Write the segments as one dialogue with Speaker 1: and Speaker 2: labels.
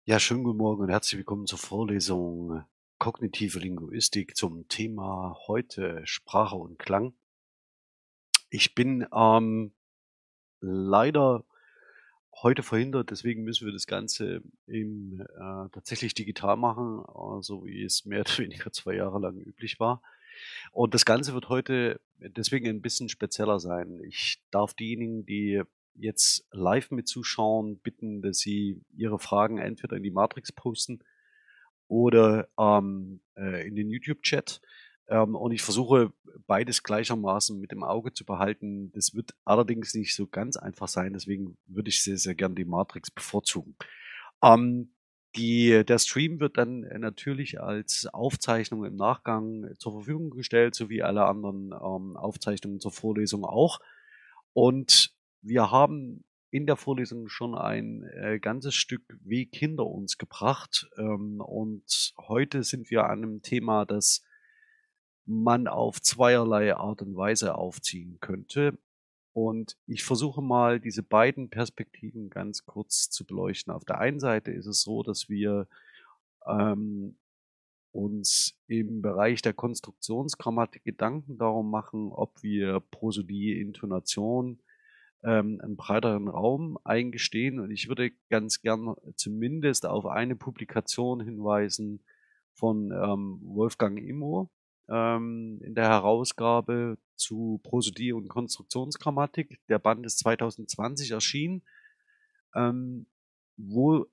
Speaker 1: Ja, schönen guten Morgen und herzlich willkommen zur Vorlesung Kognitive Linguistik zum Thema heute Sprache und Klang. Ich bin leider heute verhindert, deswegen müssen wir das Ganze tatsächlich digital machen, so wie es mehr oder weniger 2 Jahre lang üblich war. Und das Ganze wird heute deswegen ein bisschen spezieller sein. Ich darf diejenigen, die jetzt live mit zuschauen, bitten, dass sie ihre Fragen entweder in die Matrix posten oder, in den YouTube-Chat. Und ich versuche beides gleichermaßen mit im Auge zu behalten. Das wird allerdings nicht so ganz einfach sein, deswegen würde ich sehr, sehr gern die Matrix bevorzugen. Ähm, der Stream wird dann natürlich als Aufzeichnung im Nachgang zur Verfügung gestellt, so wie alle anderen, Aufzeichnungen zur Vorlesung auch. Und wir haben in der Vorlesung schon ein, ganzes Stück Weg hinter uns gebracht, und heute sind wir an einem Thema, das man auf zweierlei Art und Weise aufziehen könnte. Und ich versuche mal, diese beiden Perspektiven ganz kurz zu beleuchten. Auf der einen Seite ist es so, dass wir, ähm, uns im Bereich der Konstruktionsgrammatik Gedanken darum machen, ob wir Prosodie, Intonation, 'n breiteren Raum eingestehen. Und ich würde ganz gern zumindest auf eine Publikation hinweisen von, Wolfgang Immo, in der Herausgabe zu Prosodie und Konstruktionsgrammatik. Der Band ist 2020 erschienen, ähm, wo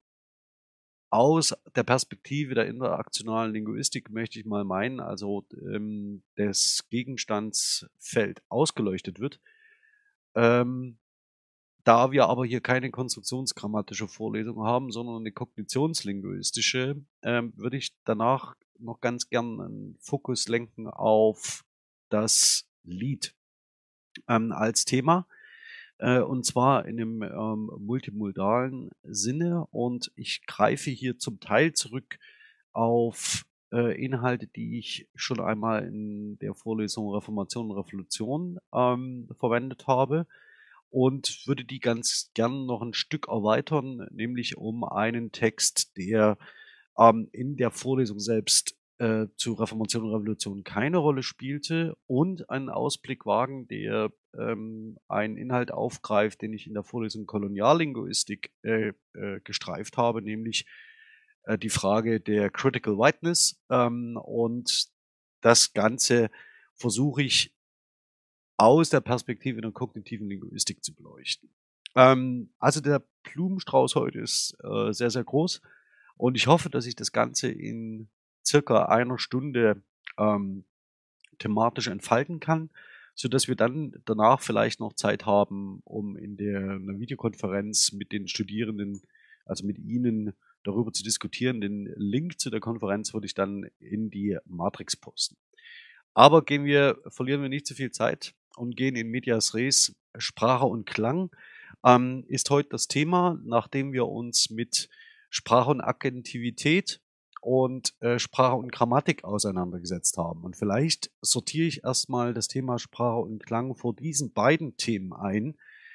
Speaker 1: aus der Perspektive der interaktionalen Linguistik möchte ich mal meinen, also, des Gegenstandsfeld ausgeleuchtet wird. Ähm, Da wir aber hier keine konstruktionsgrammatische Vorlesung haben, sondern eine kognitionslinguistische, würde ich danach noch ganz gern 'n Fokus lenken auf das Lied, als Thema, und zwar in 'nem, multimodalen Sinne. Und ich greife hier zum Teil zurück auf, Inhalte, die ich schon einmal in der Vorlesung Reformation und Revolution, verwendet habe und würde die ganz gern noch ein Stück erweitern, nämlich um einen Text, der, in der Vorlesung selbst, zu Reformation und Revolution keine Rolle spielte, und einen Ausblick wagen, der, einen Inhalt aufgreift, den ich in der Vorlesung Koloniallinguistik, gestreift habe, nämlich, die Frage der Critical Whiteness, und das Ganze versuche ich aus der Perspektive der kognitiven Linguistik zu beleuchten. Also der Blumenstrauß heute ist, sehr, sehr groß, und ich hoffe, dass ich das Ganze in circa einer Stunde, ähm, thematisch entfalten kann, sodass wir dann danach vielleicht noch Zeit haben, um in 'ner Videokonferenz mit den Studierenden, also mit Ihnen, darüber zu diskutieren. Den Link zu der Konferenz würde ich dann in die Matrix posten. Aber verlieren wir nicht zu viel Zeit und gehen in medias res. Sprache und Klang, ist heute das Thema, nachdem wir uns mit Sprache und Agentivität und, Sprache und Grammatik auseinandergesetzt haben. Und vielleicht sortiere ich erstmal das Thema Sprache und Klang vor diesen beiden Themen ein,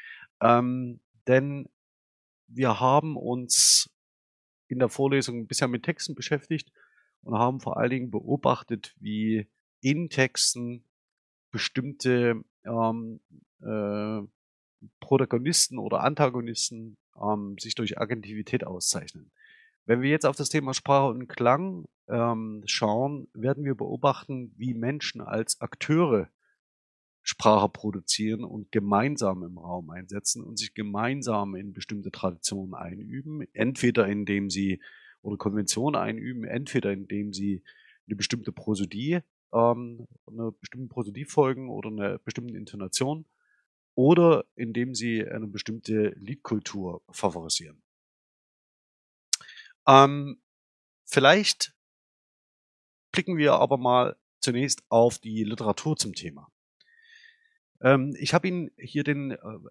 Speaker 1: denn wir haben uns in der Vorlesung bisher mit Texten beschäftigt und haben vor allen Dingen beobachtet, wie in Texten bestimmte, äh, Protagonisten oder Antagonisten, sich durch Agentivität auszeichnen. Wenn wir jetzt auf das Thema Sprache und Klang, schauen, werden wir beobachten, wie Menschen als Akteure Sprache produzieren und gemeinsam im Raum einsetzen und sich gemeinsam in bestimmte Traditionen einüben, entweder indem sie oder Konventionen einüben, entweder indem sie eine bestimmte Prosodie 'ner bestimmten Prosodie folgen oder einer bestimmten Intonation, oder indem sie eine bestimmte Liedkultur favorisieren. Ähm, Vielleicht blicken wir aber mal zunächst auf die Literatur zum Thema. Ich habe Ihnen hier den,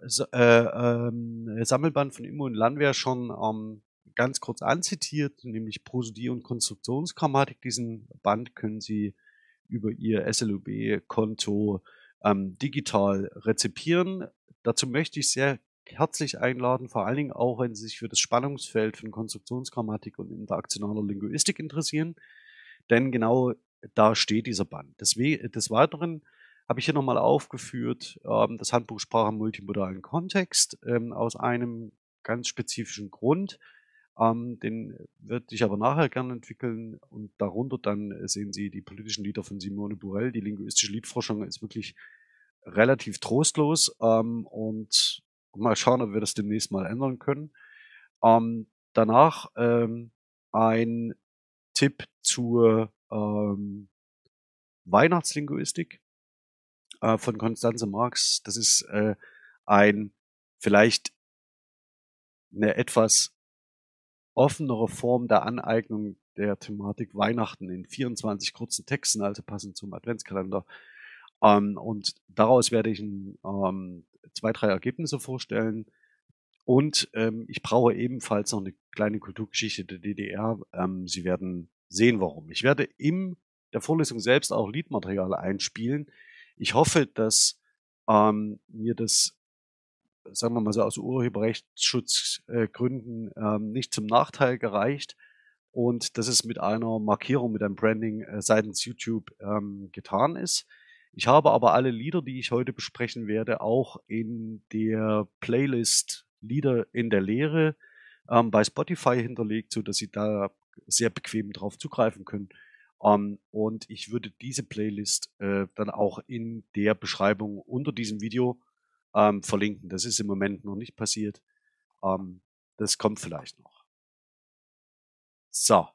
Speaker 1: Sammelband von Immo und Landwehr schon, ganz kurz anzitiert, nämlich Prosodie und Konstruktionsgrammatik. Diesen Band können Sie über Ihr SLUB-Konto, digital rezipieren. Dazu möchte ich sehr herzlich einladen, vor allen Dingen auch, wenn Sie sich für das Spannungsfeld von Konstruktionsgrammatik und interaktionaler Linguistik interessieren, denn genau da steht dieser Band. Des Weiteren habe ich hier nochmal aufgeführt, das Handbuch Sprache im multimodalen Kontext, aus einem ganz spezifischen Grund. Den würde ich aber nachher gerne entwickeln und darunter dann sehen Sie die politischen Lieder von Simone Burell. Die linguistische Liedforschung ist wirklich relativ trostlos, und mal schauen, ob wir das demnächst mal ändern können. Danach ein Tipp zur Weihnachtslinguistik von Constanze Marx. Das ist ein vielleicht eine etwas offenere Form der Aneignung der Thematik Weihnachten in 24 kurzen Texten, also passend zum Adventskalender. Und daraus werde ich 2, 3 Ergebnisse vorstellen. Und ich brauche ebenfalls noch eine kleine Kulturgeschichte der DDR. Sie werden sehen, warum. Ich werde in der Vorlesung selbst auch Liedmaterial einspielen. Ich hoffe, dass mir das, sagen wir mal so, aus Urheberrechtsschutzgründen nicht zum Nachteil gereicht und dass es mit einer Markierung, mit einem Branding seitens YouTube getan ist. Ich habe aber alle Lieder, die ich heute besprechen werde, auch in der Playlist Lieder in der Lehre bei Spotify hinterlegt, so dass Sie da sehr bequem drauf zugreifen können. Und ich würde diese Playlist dann auch in der Beschreibung unter diesem Video verlinken. Das ist im Moment noch nicht passiert. Das kommt vielleicht noch. So,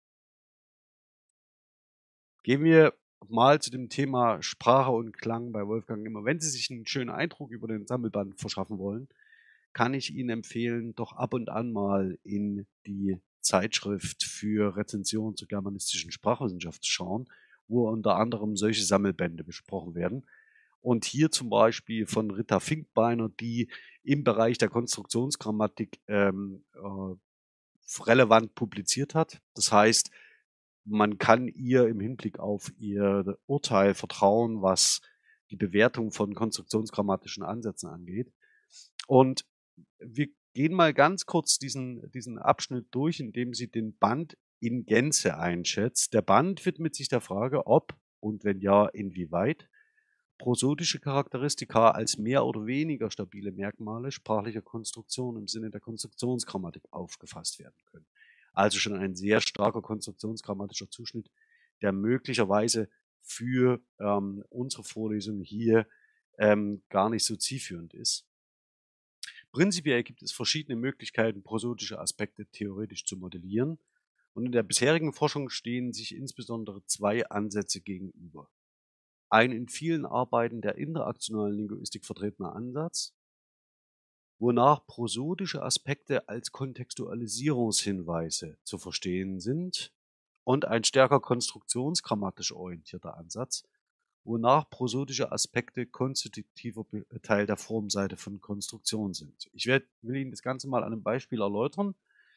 Speaker 1: gehen wir mal zu dem Thema Sprache und Klang bei Wolfgang Immer. Wenn Sie sich einen schönen Eindruck über den Sammelband verschaffen wollen, kann ich Ihnen empfehlen, doch ab und an mal in die Zeitschrift für Rezension zur germanistischen Sprachwissenschaft zu schauen, wo unter anderem solche Sammelbände besprochen werden. Und hier zum Beispiel von Rita Finkbeiner, die im Bereich der Konstruktionsgrammatik relevant publiziert hat. Das heißt, man kann ihr im Hinblick auf ihr Urteil vertrauen, was die Bewertung von konstruktionsgrammatischen Ansätzen angeht. Und wir gehen mal ganz kurz diesen Abschnitt durch, indem sie den Band in Gänze einschätzt. Der Band widmet sich der Frage, ob und wenn ja, inwieweit prosodische Charakteristika als mehr oder weniger stabile Merkmale sprachlicher Konstruktion im Sinne der Konstruktionsgrammatik aufgefasst werden können. Also schon ein sehr starker konstruktionsgrammatischer Zuschnitt, der möglicherweise für unsere Vorlesung hier gar nicht so zielführend ist. Prinzipiell gibt es verschiedene Möglichkeiten, prosodische Aspekte theoretisch zu modellieren. Und in der bisherigen Forschung stehen sich insbesondere 2 Ansätze gegenüber. Ein in vielen Arbeiten der interaktionalen Linguistik vertretener Ansatz, wonach prosodische Aspekte als Kontextualisierungshinweise zu verstehen sind, und ein stärker konstruktionsgrammatisch orientierter Ansatz, wonach prosodische Aspekte konstitutiver Teil der Formseite von Konstruktion sind. Will Ihnen das Ganze mal an einem Beispiel erläutern.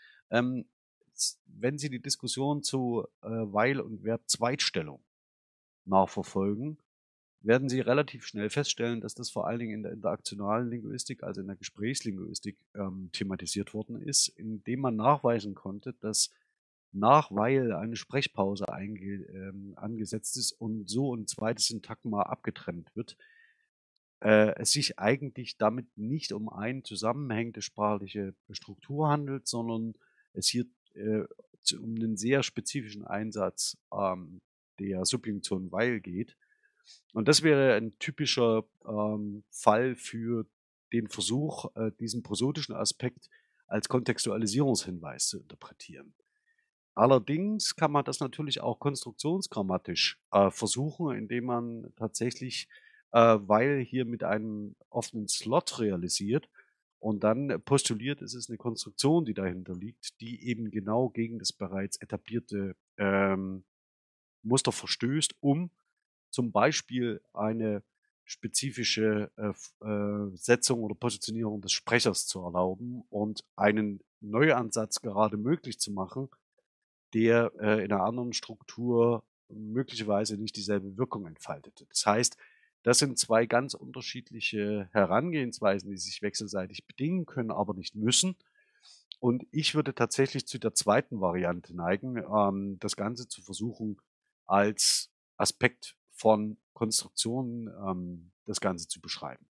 Speaker 1: Wenn Sie die Diskussion zu Weil- und Verb-Zweitstellung nachverfolgen, werden Sie relativ schnell feststellen, dass das vor allen Dingen in der interaktionalen Linguistik, also in der Gesprächslinguistik, thematisiert worden ist, indem man nachweisen konnte, dass nach weil eine Sprechpause angesetzt ist und so ein zweites Syntagma abgetrennt wird, es sich eigentlich damit nicht um eine zusammenhängende sprachliche Struktur handelt, sondern es hier um einen sehr spezifischen Einsatz der Subjunktion weil geht. Und das wäre ein typischer Fall für den Versuch, diesen prosodischen Aspekt als Kontextualisierungshinweis zu interpretieren. Allerdings kann man das natürlich auch konstruktionsgrammatisch versuchen, indem man tatsächlich weil hier mit einem offenen Slot realisiert und dann postuliert, es ist eine Konstruktion, die dahinter liegt, die eben genau gegen das bereits etablierte Muster verstößt, um zum Beispiel eine spezifische Setzung oder Positionierung des Sprechers zu erlauben und einen Neuansatz gerade möglich zu machen, der in einer anderen Struktur möglicherweise nicht dieselbe Wirkung entfaltete. Das heißt, Das sind 2 ganz unterschiedliche Herangehensweisen, die sich wechselseitig bedingen können, aber nicht müssen. Und ich würde tatsächlich zu der zweiten Variante neigen, das Ganze zu versuchen, als Aspekt von Konstruktionen, das Ganze zu beschreiben.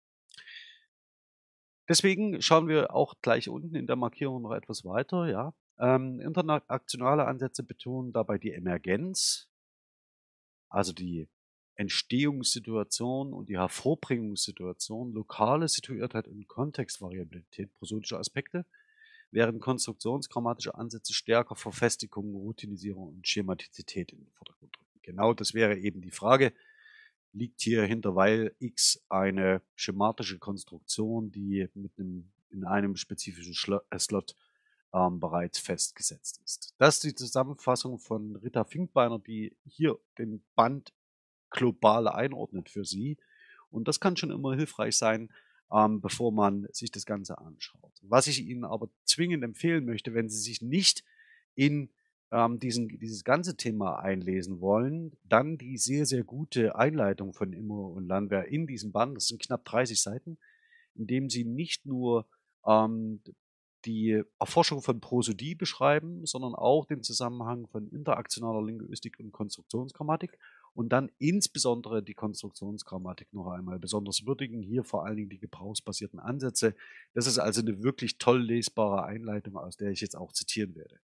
Speaker 1: Deswegen schauen wir auch gleich unten in der Markierung noch etwas weiter, ja. Interaktionale Ansätze betonen dabei die Emergenz, also die Entstehungssituation und die Hervorbringungssituation, lokale Situiertheit und Kontextvariabilität prosodischer Aspekte, während konstruktionsgrammatische Ansätze stärker Verfestigung, Routinisierung und Schematizität in den Vordergrund rücken. Genau das wäre eben die Frage, liegt hier hinter weil X eine schematische Konstruktion, die in einem spezifischen Slot bereits festgesetzt ist. Das ist die Zusammenfassung von Rita Finkbeiner, die hier den Band global einordnet für Sie. Und das kann schon immer hilfreich sein, bevor man sich das Ganze anschaut. Was ich Ihnen aber zwingend empfehlen möchte, wenn Sie sich nicht in dieses ganze Thema einlesen wollen, dann die sehr, sehr gute Einleitung von Immo und Landwehr in diesem Band, das sind knapp 30 Seiten, in dem Sie nicht nur ähm, die Erforschung von Prosodie beschreiben, sondern auch den Zusammenhang von interaktionaler Linguistik und Konstruktionsgrammatik und dann insbesondere die Konstruktionsgrammatik noch einmal besonders würdigen, hier vor allen Dingen die gebrauchsbasierten Ansätze. Das ist also eine wirklich toll lesbare Einleitung, aus der ich jetzt auch zitieren werde.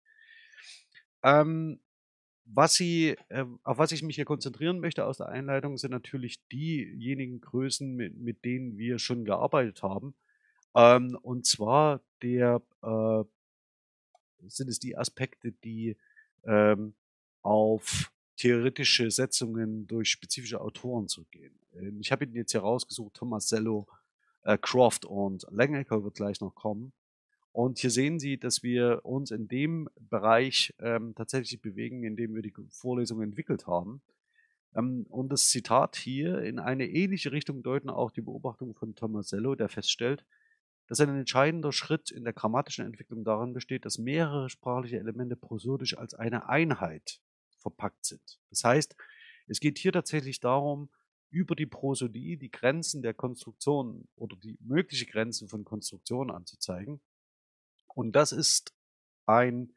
Speaker 1: Auf was ich mich hier konzentrieren möchte aus der Einleitung, sind natürlich diejenigen Größen, mit denen wir schon gearbeitet haben. Und zwar sind es die Aspekte, die ähm, auf theoretische Setzungen durch spezifische Autoren zurückgehen. Ich habe Ihnen jetzt hier rausgesucht, Tomasello, Croft und Langecker wird gleich noch kommen. Und hier sehen Sie, dass wir uns in dem Bereich tatsächlich bewegen, in dem wir die Vorlesung entwickelt haben. Und das Zitat hier in eine ähnliche Richtung deuten auch die Beobachtungen von Tomasello, der feststellt, dass ein entscheidender Schritt in der grammatischen Entwicklung darin besteht, dass mehrere sprachliche Elemente prosodisch als eine Einheit verpackt sind. Das heißt, es geht hier tatsächlich darum, über die Prosodie die Grenzen der Konstruktion oder die mögliche Grenzen von Konstruktionen anzuzeigen. Und das ist ein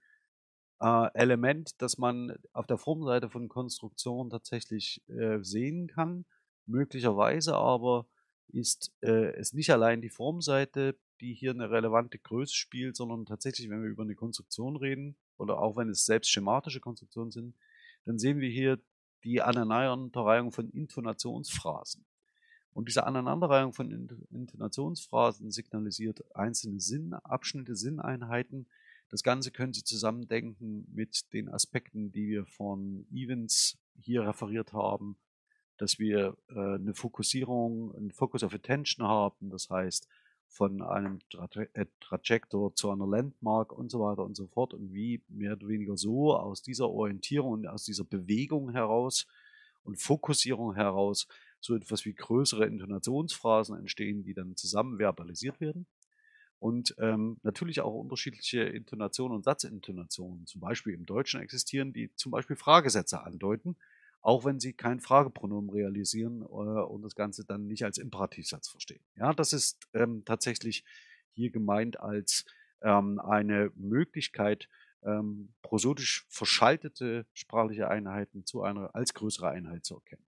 Speaker 1: Element, das man auf der Formseite von Konstruktion tatsächlich sehen kann. Möglicherweise aber ist es nicht allein die Formseite, die hier eine relevante Größe spielt, sondern tatsächlich, wenn wir über eine Konstruktion reden oder auch wenn es selbst schematische Konstruktionen sind, dann sehen wir hier die Aneinanderreihung von Intonationsphrasen. Und diese Aneinanderreihung von Intonationsphrasen signalisiert einzelne Sinnabschnitte, Sinneinheiten. Das Ganze können Sie zusammendenken mit den Aspekten, die wir von Evans hier referiert haben, dass wir eine Fokussierung, einen Focus of Attention haben, das heißt von einem Trajektor zu einer Landmark und so weiter und so fort und wie mehr oder weniger so aus dieser Orientierung und aus dieser Bewegung heraus und Fokussierung heraus so etwas wie größere Intonationsphrasen entstehen, die dann zusammen verbalisiert werden. Und natürlich auch unterschiedliche Intonationen und Satzintonationen, zum Beispiel im Deutschen existieren, die zum Beispiel Fragesätze andeuten, auch wenn sie kein Fragepronomen realisieren und das Ganze dann nicht als Imperativsatz verstehen. Ja, das ist tatsächlich hier gemeint als eine Möglichkeit, prosodisch verschaltete sprachliche Einheiten zu einer als größere Einheit zu erkennen.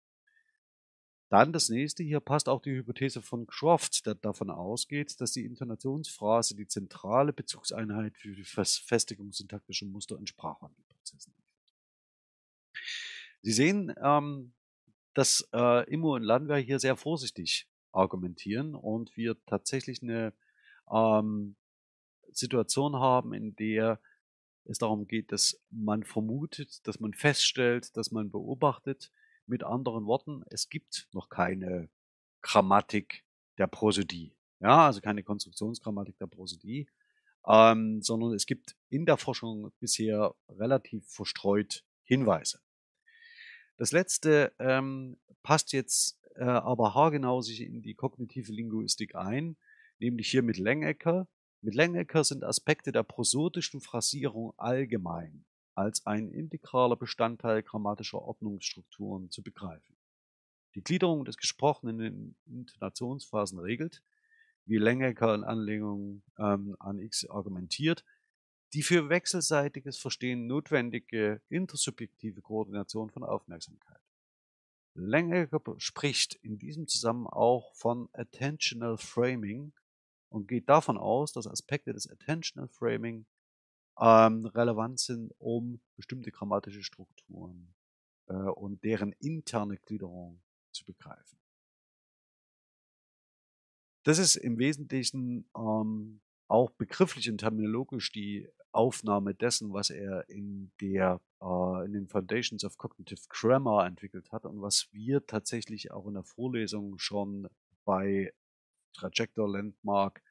Speaker 1: Dann das nächste, hier passt auch die Hypothese von Croft, der davon ausgeht, dass die Intonationsphrase die zentrale Bezugseinheit für die Festigung syntaktischer Muster in Sprachwandelprozessen ist. Sie sehen, dass Immo und Landwehr hier sehr vorsichtig argumentieren und wir tatsächlich eine Situation haben, in der es darum geht, dass man vermutet, dass man feststellt, dass man beobachtet. Mit anderen Worten, es gibt noch keine Grammatik der Prosodie. Ja, also keine Konstruktionsgrammatik der Prosodie, sondern es gibt in der Forschung bisher relativ verstreut Hinweise. Das letzte passt jetzt aber haargenau sich in die kognitive Linguistik ein, nämlich hier mit Langecker. Mit Langecker sind Aspekte der prosodischen Phrasierung allgemein als ein integraler Bestandteil grammatischer Ordnungsstrukturen zu begreifen. die Gliederung des Gesprochenen in Intonationsphasen regelt, wie Langecker in Anlehnung an X argumentiert, die für wechselseitiges Verstehen notwendige intersubjektive Koordination von Aufmerksamkeit. Langecker spricht in diesem Zusammenhang auch von Attentional Framing und geht davon aus, dass Aspekte des Attentional Framing relevant sind, um bestimmte grammatische Strukturen und deren interne Gliederung zu begreifen. Das ist im Wesentlichen auch begrifflich und terminologisch die Aufnahme dessen, was er in den Foundations of Cognitive Grammar entwickelt hat und was wir tatsächlich auch in der Vorlesung schon bei Trajector Landmark,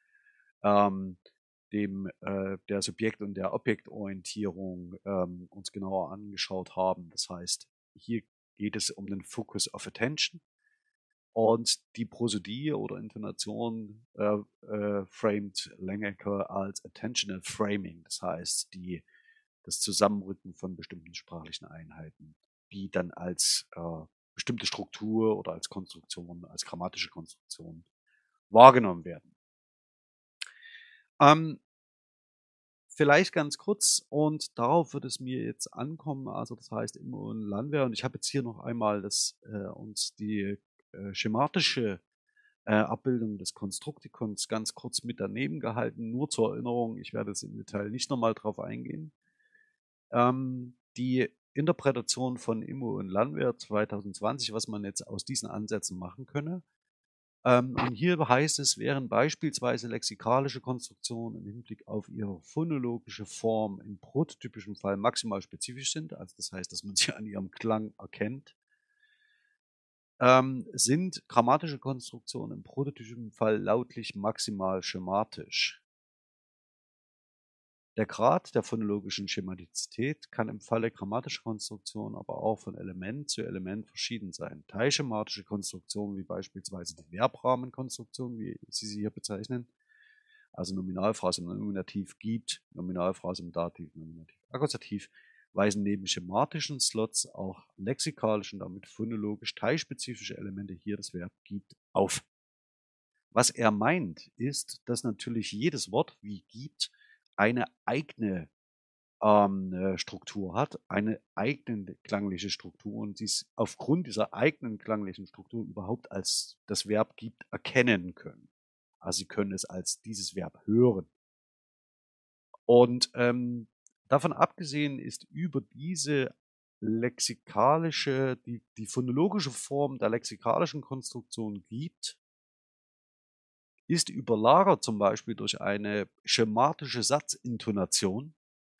Speaker 1: der Subjekt- und der Objektorientierung uns genauer angeschaut haben. Das heißt, hier geht es um den Focus of Attention und die Prosodie oder Intonation framed Langecker als Attentional Framing. Das heißt, das Zusammenrücken von bestimmten sprachlichen Einheiten, die dann als bestimmte Struktur oder als Konstruktion, als grammatische Konstruktion wahrgenommen werden. Vielleicht ganz kurz, und darauf wird es mir jetzt ankommen, also das heißt Immo und Landwehr, und ich habe jetzt hier noch einmal uns die schematische Abbildung des Konstruktikons ganz kurz mit daneben gehalten, nur zur Erinnerung, ich werde es im Detail nicht nochmal drauf eingehen. Die Interpretation von Immo und Landwehr 2020, was man jetzt aus diesen Ansätzen machen könne. Und hier heißt es, während beispielsweise lexikalische Konstruktionen im Hinblick auf ihre phonologische Form im prototypischen Fall maximal spezifisch sind, also das heißt, dass man sie an ihrem Klang erkennt, sind grammatische Konstruktionen im prototypischen Fall lautlich maximal schematisch. Der Grad der phonologischen Schematizität kann im Falle grammatischer Konstruktionen aber auch von Element zu Element verschieden sein. Teilschematische Konstruktionen, wie beispielsweise die Verbrahmenkonstruktion, wie Sie sie hier bezeichnen, also Nominalphrase im Nominativ gibt, Nominalphrase im Dativ, Nominativ, Akkusativ, weisen neben schematischen Slots auch lexikalische und damit phonologisch teilspezifische Elemente, hier das Verb gibt, auf. Was er meint, ist, dass natürlich jedes Wort wie gibt eine eigene Struktur hat, eine eigene klangliche Struktur und sie es aufgrund dieser eigenen klanglichen Struktur überhaupt als das Verb gibt erkennen können. Also sie können es als dieses Verb hören. Und davon abgesehen ist über diese die phonologische Form der lexikalischen Konstruktion gibt, ist überlagert zum Beispiel durch eine schematische Satzintonation,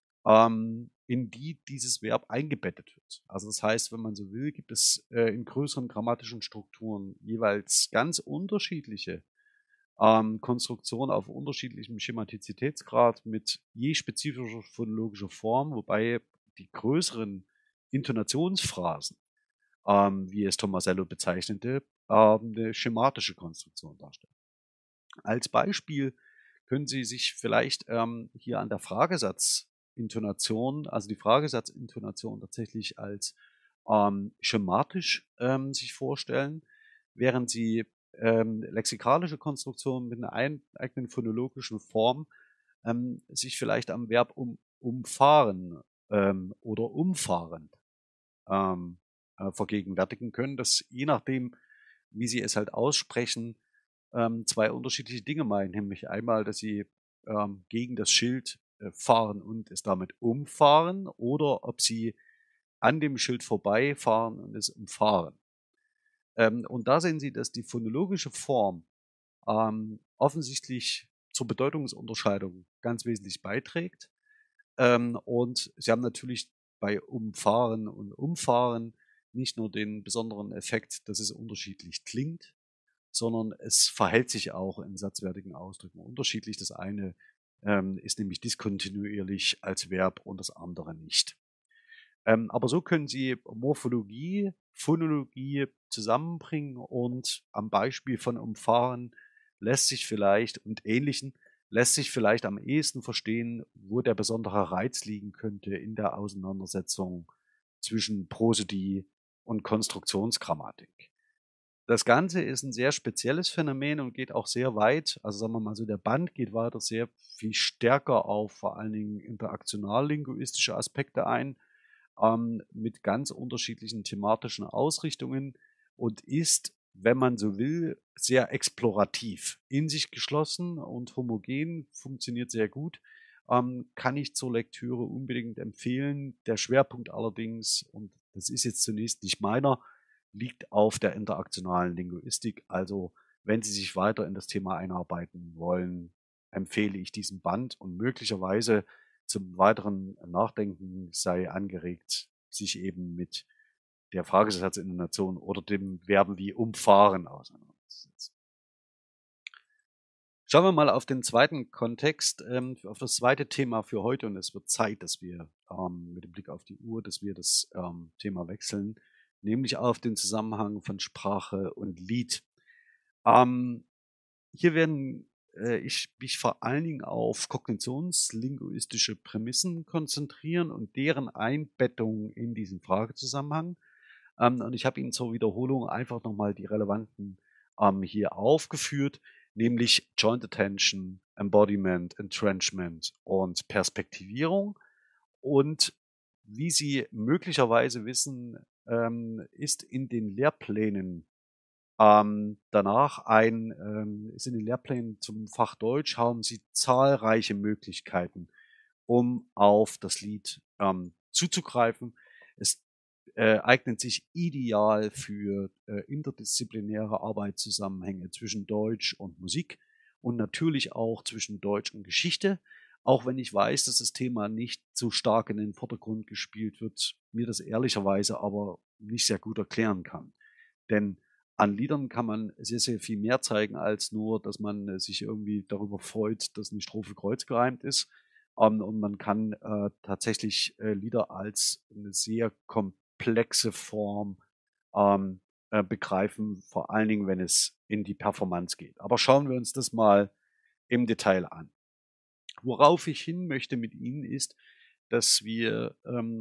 Speaker 1: in die dieses Verb eingebettet wird. Also das heißt, wenn man so will, gibt es in größeren grammatischen Strukturen jeweils ganz unterschiedliche Konstruktionen auf unterschiedlichem Schematizitätsgrad mit je spezifischer phonologischer Form, wobei die größeren Intonationsphrasen, wie es Tomasello bezeichnete, eine schematische Konstruktion darstellen. Als Beispiel können Sie sich vielleicht hier an der Fragesatzintonation, also die Fragesatzintonation tatsächlich als schematisch sich vorstellen, während Sie lexikalische Konstruktionen mit einer eigenen phonologischen Form sich vielleicht am Verb umfahren oder umfahrend vergegenwärtigen können, dass je nachdem, wie Sie es halt aussprechen, zwei unterschiedliche Dinge meinen, nämlich einmal, dass sie gegen das Schild fahren und es damit umfahren oder ob sie an dem Schild vorbeifahren und es umfahren. Und da sehen Sie, dass die phonologische Form offensichtlich zur Bedeutungsunterscheidung ganz wesentlich beiträgt. Und Sie haben natürlich bei umfahren und umfahren nicht nur den besonderen Effekt, dass es unterschiedlich klingt, sondern es verhält sich auch in satzwertigen Ausdrücken unterschiedlich. Das eine ist nämlich diskontinuierlich als Verb und das andere nicht. Aber so können Sie Morphologie, Phonologie zusammenbringen und am Beispiel von umfahren lässt sich vielleicht und Ähnlichen lässt sich vielleicht am ehesten verstehen, wo der besondere Reiz liegen könnte in der Auseinandersetzung zwischen Prosodie und Konstruktionsgrammatik. Das Ganze ist ein sehr spezielles Phänomen und geht auch sehr weit. Also, sagen wir mal so, der Band geht weiter sehr viel stärker auf vor allen Dingen interaktional-linguistische Aspekte ein, mit ganz unterschiedlichen thematischen Ausrichtungen und ist, wenn man so will, sehr explorativ. In sich geschlossen und homogen, funktioniert sehr gut, kann ich zur Lektüre unbedingt empfehlen. Der Schwerpunkt allerdings, und das ist jetzt zunächst nicht meiner, liegt auf der interaktionalen Linguistik. Also, wenn Sie sich weiter in das Thema einarbeiten wollen, empfehle ich diesen Band und möglicherweise zum weiteren Nachdenken sei angeregt, sich eben mit der Fragesatzintonation oder dem Verben wie umfahren auseinanderzusetzen. Schauen wir mal auf den zweiten Kontext, auf das zweite Thema für heute und es wird Zeit, dass wir mit dem Blick auf die Uhr, dass wir das Thema wechseln, nämlich auf den Zusammenhang von Sprache und Lied. Ähm, Hier werden ich mich vor allen Dingen auf kognitionslinguistische Prämissen konzentrieren und deren Einbettung in diesen Fragezusammenhang. Und ich habe Ihnen zur Wiederholung einfach nochmal die relevanten hier aufgeführt, nämlich Joint Attention, Embodiment, Entrenchment und Perspektivierung. Und wie Sie möglicherweise wissen, ist in den Lehrplänen danach ist in den Lehrplänen zum Fach Deutsch haben Sie zahlreiche Möglichkeiten, um auf das Lied zuzugreifen. Es eignet sich ideal für interdisziplinäre Arbeitszusammenhänge zwischen Deutsch und Musik und natürlich auch zwischen Deutsch und Geschichte. Auch wenn ich weiß, dass das Thema nicht so stark in den Vordergrund gespielt wird, mir das ehrlicherweise aber nicht sehr gut erklären kann. Denn an Liedern kann man sehr, sehr viel mehr zeigen, als nur, dass man sich irgendwie darüber freut, dass eine Strophe kreuzgereimt ist. Und man kann tatsächlich Lieder als eine sehr komplexe Form begreifen, vor allen Dingen, wenn es in die Performance geht. Aber schauen wir uns das mal im Detail an. Worauf ich hin möchte mit Ihnen ist, dass wir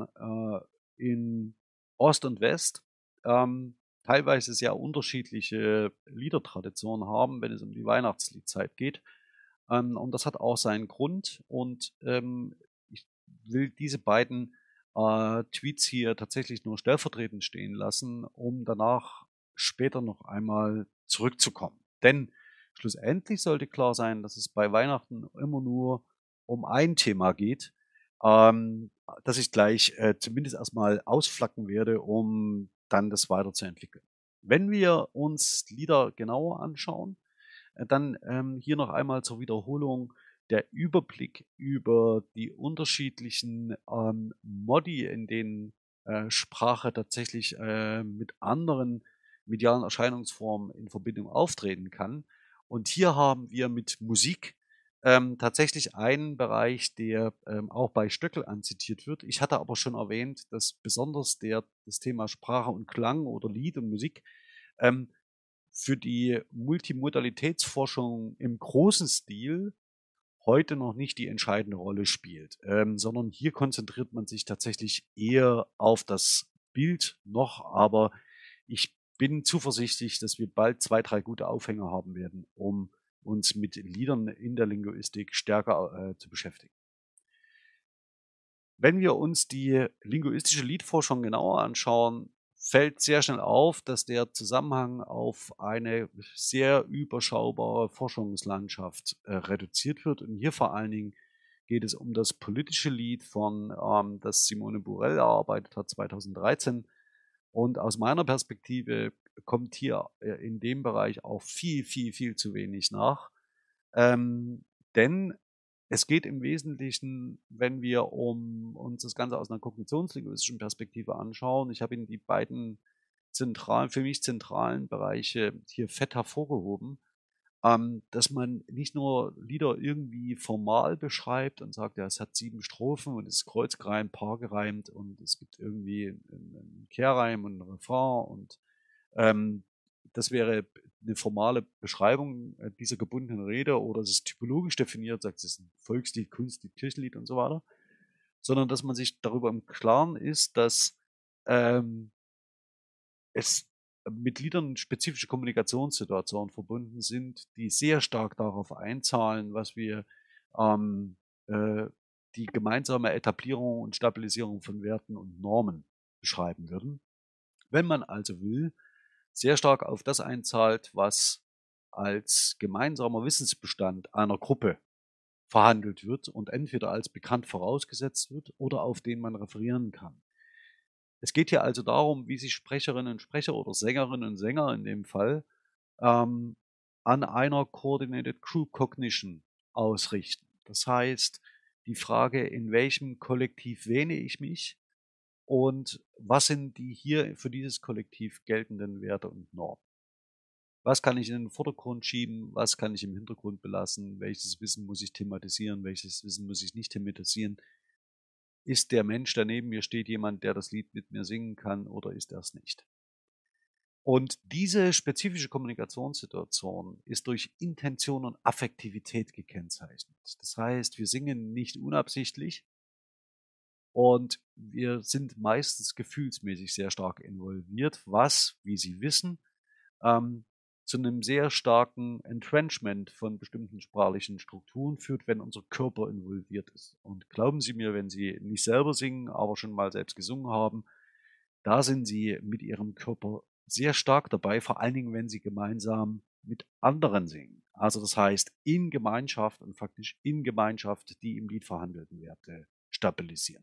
Speaker 1: in Ost und West teilweise sehr unterschiedliche Liedertraditionen haben, wenn es um die Weihnachtsliedzeit geht. Und das hat auch seinen Grund. Und ich will diese beiden Tweets hier tatsächlich nur stellvertretend stehen lassen, um danach später noch einmal zurückzukommen. Denn schlussendlich sollte klar sein, dass es bei Weihnachten immer nur um ein Thema geht, das ich gleich zumindest erstmal ausflacken werde, um dann das weiterzuentwickeln. Wenn wir uns Lieder genauer anschauen, dann hier noch einmal zur Wiederholung der Überblick über die unterschiedlichen Modi, in denen Sprache tatsächlich mit anderen medialen Erscheinungsformen in Verbindung auftreten kann. Und hier haben wir mit Musik tatsächlich einen Bereich, der auch bei Stöckel anzitiert wird. Ich hatte aber schon erwähnt, dass besonders das Thema Sprache und Klang oder Lied und Musik ähm, für die Multimodalitätsforschung im großen Stil heute noch nicht die entscheidende Rolle spielt, sondern hier konzentriert man sich tatsächlich eher auf das Bild noch, aber ich bin zuversichtlich, dass wir bald 2, 3 gute Aufhänger haben werden, um uns mit Liedern in der Linguistik stärker zu beschäftigen. Wenn wir uns die linguistische Liedforschung genauer anschauen, fällt sehr schnell auf, dass der Zusammenhang auf eine sehr überschaubare Forschungslandschaft reduziert wird. Und hier vor allen Dingen geht es um das politische Lied das Simone Burrell erarbeitet hat 2013. Und aus meiner Perspektive kommt hier in dem Bereich auch viel, viel, viel zu wenig nach. Denn es geht im Wesentlichen, wenn wir uns das Ganze aus einer kognitionslinguistischen Perspektive anschauen, ich habe Ihnen die beiden für mich zentralen Bereiche hier fett hervorgehoben, dass man nicht nur Lieder irgendwie formal beschreibt und sagt, ja, es hat 7 Strophen und es ist kreuzgereimt, paargereimt und es gibt irgendwie einen Kehrreim und einen Refrain und ähm, das wäre eine formale Beschreibung dieser gebundenen Rede oder es ist typologisch definiert, sagt es ist ein Volkslied, Kunstlied, Kirchenlied und so weiter, sondern dass man sich darüber im Klaren ist, dass ähm, es mit Liedern spezifische Kommunikationssituationen verbunden sind, die sehr stark darauf einzahlen, was wir ähm, äh, die gemeinsame Etablierung und Stabilisierung von Werten und Normen beschreiben würden. Wenn man also will, sehr stark auf das einzahlt, was als gemeinsamer Wissensbestand einer Gruppe verhandelt wird und entweder als bekannt vorausgesetzt wird oder auf den man referieren kann. Es geht hier also darum, wie sich Sprecherinnen und Sprecher oder Sängerinnen und Sänger in dem Fall ähm, an einer Coordinated Group Cognition ausrichten. Das heißt, die Frage, in welchem Kollektiv wähne ich mich und was sind die hier für dieses Kollektiv geltenden Werte und Normen? Was kann ich in den Vordergrund schieben? Was kann ich im Hintergrund belassen? Welches Wissen muss ich thematisieren? Welches Wissen muss ich nicht thematisieren? Ist der Mensch, der neben mir steht, jemand, der das Lied mit mir singen kann oder ist er es nicht? Und diese spezifische Kommunikationssituation ist durch Intention und Affektivität gekennzeichnet. Das heißt, wir singen nicht unabsichtlich und wir sind meistens gefühlsmäßig sehr stark involviert, was, wie Sie wissen, ähm, zu einem sehr starken Entrenchment von bestimmten sprachlichen Strukturen führt, wenn unser Körper involviert ist. Und glauben Sie mir, wenn Sie nicht selber singen, aber schon mal selbst gesungen haben, da sind Sie mit Ihrem Körper sehr stark dabei, vor allen Dingen, wenn Sie gemeinsam mit anderen singen. Also das heißt, in Gemeinschaft und faktisch in Gemeinschaft die im Lied verhandelten Werte stabilisieren.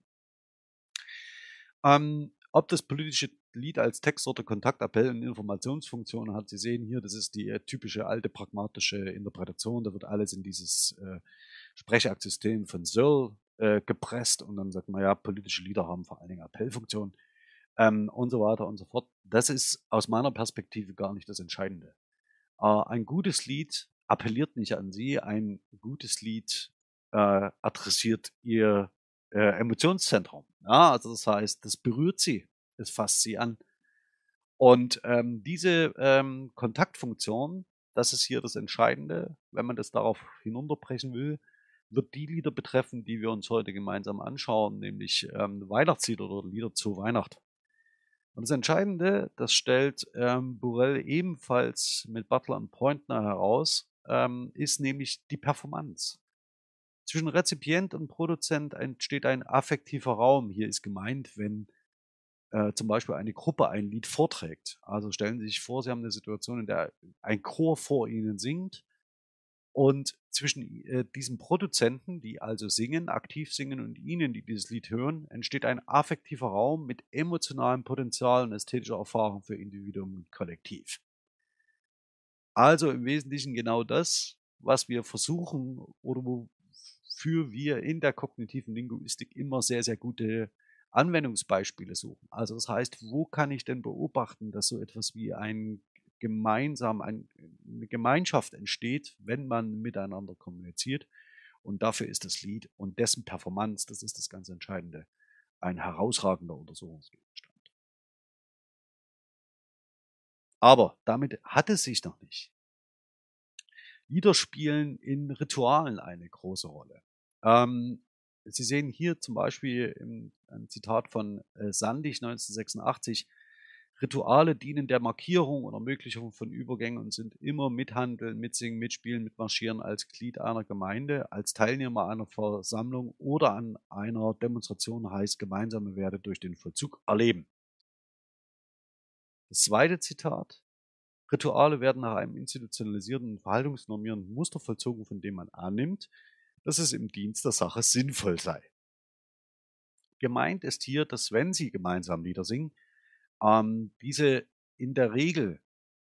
Speaker 1: Ob das politische Lied als Text oder Kontaktappell und Informationsfunktion hat, Sie sehen hier, das ist die typische alte pragmatische Interpretation. Da wird alles in dieses Sprechaktensystem von Searle gepresst und dann sagt man, ja, politische Lieder haben vor allen Dingen Appellfunktion und so weiter und so fort. Das ist aus meiner Perspektive gar nicht das Entscheidende. Ein gutes Lied appelliert nicht an Sie, ein gutes Lied adressiert Ihr Emotionszentrum. Ja, also das heißt, das berührt Sie, es fasst Sie an. Und diese Kontaktfunktion, das ist hier das Entscheidende, wenn man das darauf hinunterbrechen will, wird die Lieder betreffen, die wir uns heute gemeinsam anschauen, nämlich Weihnachtslieder oder Lieder zu Weihnachten. Und das Entscheidende, das stellt Burrell ebenfalls mit Butler und Pointner heraus, ist nämlich die Performance. Zwischen Rezipient und Produzent entsteht ein affektiver Raum. Hier ist gemeint, wenn zum Beispiel eine Gruppe ein Lied vorträgt. Also stellen Sie sich vor, Sie haben eine Situation, in der ein Chor vor Ihnen singt und zwischen diesen Produzenten, die also singen, aktiv singen und Ihnen, die dieses Lied hören, entsteht ein affektiver Raum mit emotionalem Potenzial und ästhetischer Erfahrung für Individuum und Kollektiv. Also im Wesentlichen genau das, was wir versuchen oder wofür wir in der kognitiven Linguistik immer sehr, sehr gute Anwendungsbeispiele suchen. Also das heißt, wo kann ich denn beobachten, dass so etwas wie eine Gemeinschaft entsteht, wenn man miteinander kommuniziert. Und dafür ist das Lied und dessen Performance, das ist das ganz Entscheidende, ein herausragender Untersuchungsgegenstand. Aber damit hat es sich noch nicht. Lieder spielen in Ritualen eine große Rolle. Sie sehen hier zum Beispiel ein Zitat von Sandig 1986. Rituale dienen der Markierung und Ermöglichung von Übergängen und sind immer mithandeln, mitsingen, mitspielen, mitmarschieren als Glied einer Gemeinde, als Teilnehmer einer Versammlung oder an einer Demonstration heißt gemeinsame Werte durch den Vollzug erleben. Das zweite Zitat. Rituale werden nach einem institutionalisierten, verhaltungsnormierenden Muster vollzogen, von dem man annimmt, dass es im Dienst der Sache sinnvoll sei. Gemeint ist hier, dass wenn Sie gemeinsam Lieder singen, diese in der Regel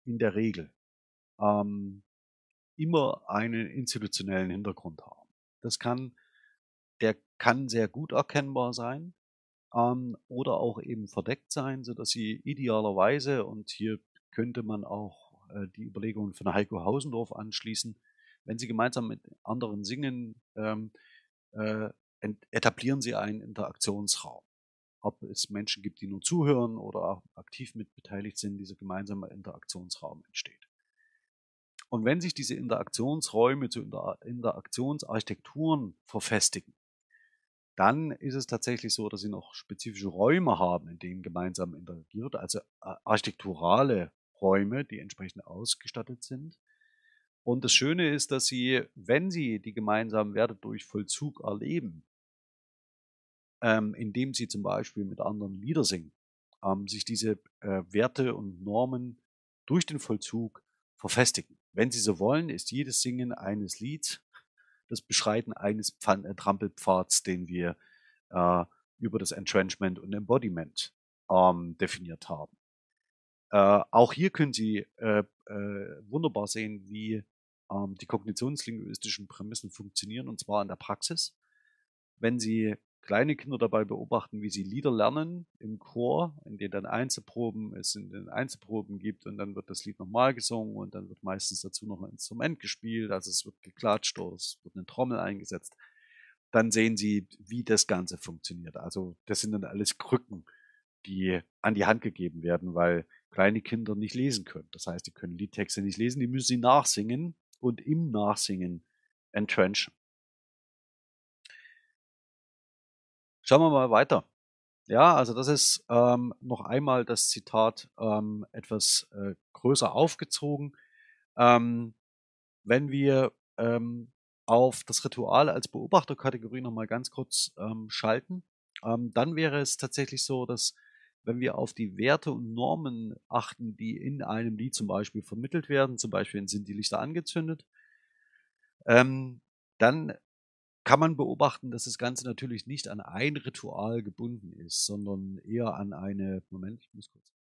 Speaker 1: ähm, immer einen institutionellen Hintergrund haben. Der kann sehr gut erkennbar sein oder auch eben verdeckt sein, sodass Sie idealerweise, und hier könnte man auch die Überlegungen von Heiko Hausendorff anschließen, wenn Sie gemeinsam mit anderen singen, äh, etablieren Sie einen Interaktionsraum. Ob es Menschen gibt, die nur zuhören oder auch aktiv mit beteiligt sind, dieser gemeinsame Interaktionsraum entsteht. Und wenn sich diese Interaktionsräume zu Interaktionsarchitekturen verfestigen, dann ist es tatsächlich so, dass sie noch spezifische Räume haben, in denen gemeinsam interagiert wird, also architekturale Räume, die entsprechend ausgestattet sind. Und das Schöne ist, dass sie, wenn sie die gemeinsamen Werte durch Vollzug erleben, indem sie zum Beispiel mit anderen Lieder singen, sich diese Werte und Normen durch den Vollzug verfestigen. Wenn Sie so wollen, ist jedes Singen eines Lieds das Beschreiten eines Trampelpfads, den wir äh, über das Entrenchment und Embodiment definiert haben. Auch hier können Sie wunderbar sehen, wie die kognitionslinguistischen Prämissen funktionieren, und zwar in der Praxis. Wenn Sie kleine Kinder dabei beobachten, wie sie Lieder lernen im Chor, in denen dann Einzelproben es in den Einzelproben gibt und dann wird das Lied nochmal gesungen und dann wird meistens dazu noch ein Instrument gespielt, also es wird geklatscht oder es wird eine Trommel eingesetzt, dann sehen Sie, wie das Ganze funktioniert. Also das sind dann alles Krücken, die an die Hand gegeben werden, weil kleine Kinder nicht lesen können. Das heißt, die können Liedtexte nicht lesen, die müssen sie nachsingen und im Nachsingen entrenchen. Schauen wir mal weiter. Ja, also das ist noch einmal das Zitat etwas größer aufgezogen. Wenn wir auf das Ritual als Beobachterkategorie noch mal ganz kurz schalten, dann wäre es tatsächlich so, dass wenn wir auf die Werte und Normen achten, die in einem Lied zum Beispiel vermittelt werden, zum Beispiel sind die Lichter angezündet, dann kann man beobachten, dass das Ganze natürlich nicht an ein Ritual gebunden ist, sondern eher an eine, Moment, ich muss kurz,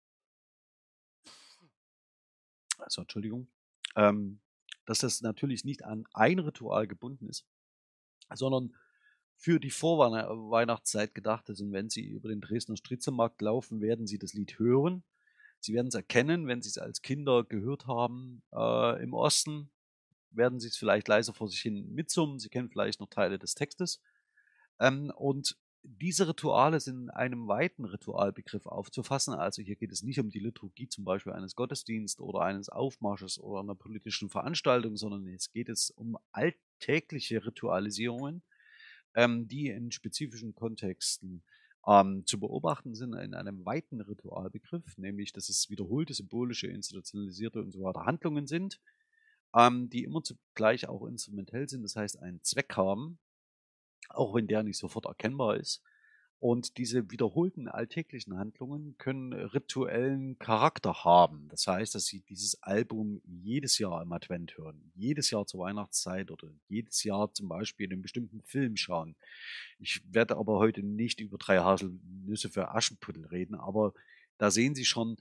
Speaker 1: also Entschuldigung, dass das natürlich nicht an ein Ritual gebunden ist, sondern für die Vorweihnachtszeit gedacht ist. Und wenn Sie über den Dresdner Stritzermarkt laufen, werden Sie das Lied hören. Sie werden es erkennen, wenn Sie es als Kinder gehört haben im Osten, werden Sie es vielleicht leise vor sich hin mitsummen. Sie kennen vielleicht noch Teile des Textes. Und diese Rituale sind in einem weiten Ritualbegriff aufzufassen. Also hier geht es nicht um die Liturgie zum Beispiel eines Gottesdienstes oder eines Aufmarsches oder einer politischen Veranstaltung, sondern es geht um alltägliche Ritualisierungen, die in spezifischen Kontexten zu beobachten sind in einem weiten Ritualbegriff, nämlich dass es wiederholte, symbolische, institutionalisierte und so weiter Handlungen sind, die immer zugleich auch instrumentell sind, das heißt einen Zweck haben, auch wenn der nicht sofort erkennbar ist. Und diese wiederholten alltäglichen Handlungen können rituellen Charakter haben. Das heißt, dass Sie dieses Album jedes Jahr im Advent hören, jedes Jahr zur Weihnachtszeit oder jedes Jahr zum Beispiel einen bestimmten Film schauen. Ich werde aber heute nicht über 3 Haselnüsse für Aschenputtel reden, aber da sehen Sie schon,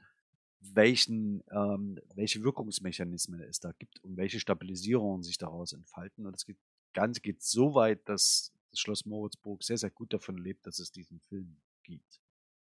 Speaker 1: welche Wirkungsmechanismen es da gibt und welche Stabilisierungen sich daraus entfalten. Und das Ganze geht so weit, dass das Schloss Moritzburg sehr, sehr gut davon lebt, dass es diesen Film gibt.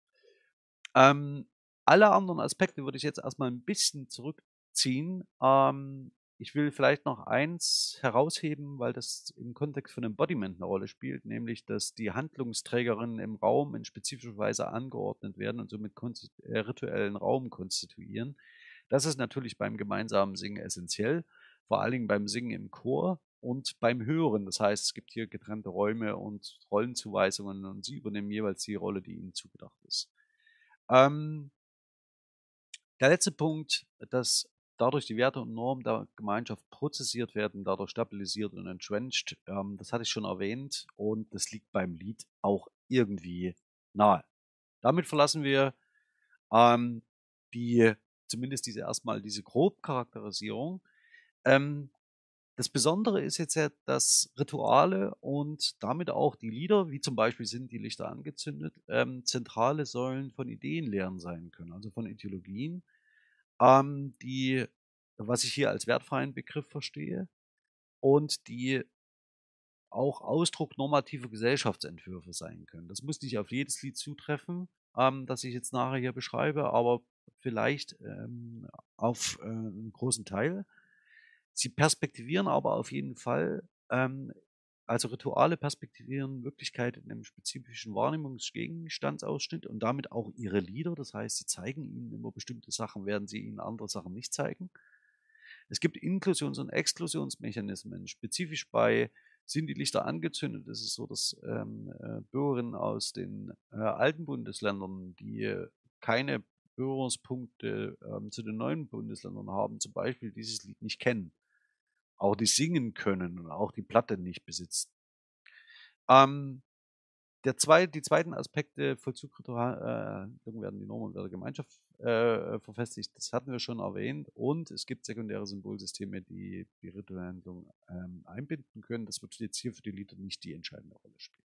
Speaker 1: Alle anderen Aspekte würde ich jetzt erstmal ein bisschen zurückziehen. Ich will vielleicht noch eins herausheben, weil das im Kontext von Embodiment eine Rolle spielt, nämlich dass die Handlungsträgerinnen im Raum in spezifischer Weise angeordnet werden und somit rituellen Raum konstituieren. Das ist natürlich beim gemeinsamen Singen essentiell, vor allen Dingen beim Singen im Chor und beim Hören. Das heißt, es gibt hier getrennte Räume und Rollenzuweisungen und sie übernehmen jeweils die Rolle, die ihnen zugedacht ist. Ähm, Der letzte Punkt, dass dadurch die Werte und Normen der Gemeinschaft prozessiert werden, dadurch stabilisiert und entrenched, das hatte ich schon erwähnt und das liegt beim Lied auch irgendwie nahe. Damit verlassen wir ähm, die, zumindest diese Grobcharakterisierung. Ähm, Das Besondere ist jetzt ja, dass Rituale und damit auch die Lieder, wie zum Beispiel sind die Lichter angezündet, zentrale Säulen von Ideenlehren sein können, also von Ideologien, die, was ich hier als wertfreien Begriff verstehe, und die auch Ausdruck normativer Gesellschaftsentwürfe sein können. Das muss nicht auf jedes Lied zutreffen, das ich jetzt nachher hier beschreibe, aber vielleicht auf einen großen Teil. Sie perspektivieren aber auf jeden Fall, also Rituale perspektivieren Wirklichkeit in einem spezifischen Wahrnehmungsgegenstandsausschnitt und damit auch ihre Lieder. Das heißt, sie zeigen ihnen immer bestimmte Sachen, während sie ihnen andere Sachen nicht zeigen. Es gibt Inklusions- und Exklusionsmechanismen. Spezifisch bei sind die Lichter angezündet, ist es so, dass Bürgerinnen aus den alten Bundesländern, die keine Berührungspunkte zu den neuen Bundesländern haben, zum Beispiel dieses Lied nicht kennen, auch nicht singen können und auch die Platte nicht besitzen. Ähm, die zweiten Aspekte, Vollzugsritual, werden die Normen der Gemeinschaft verfestigt, das hatten wir schon erwähnt. Und es gibt sekundäre Symbolsysteme, die die rituelle Handlung einbinden können. Das wird jetzt hier für die Lieder nicht die entscheidende Rolle spielen.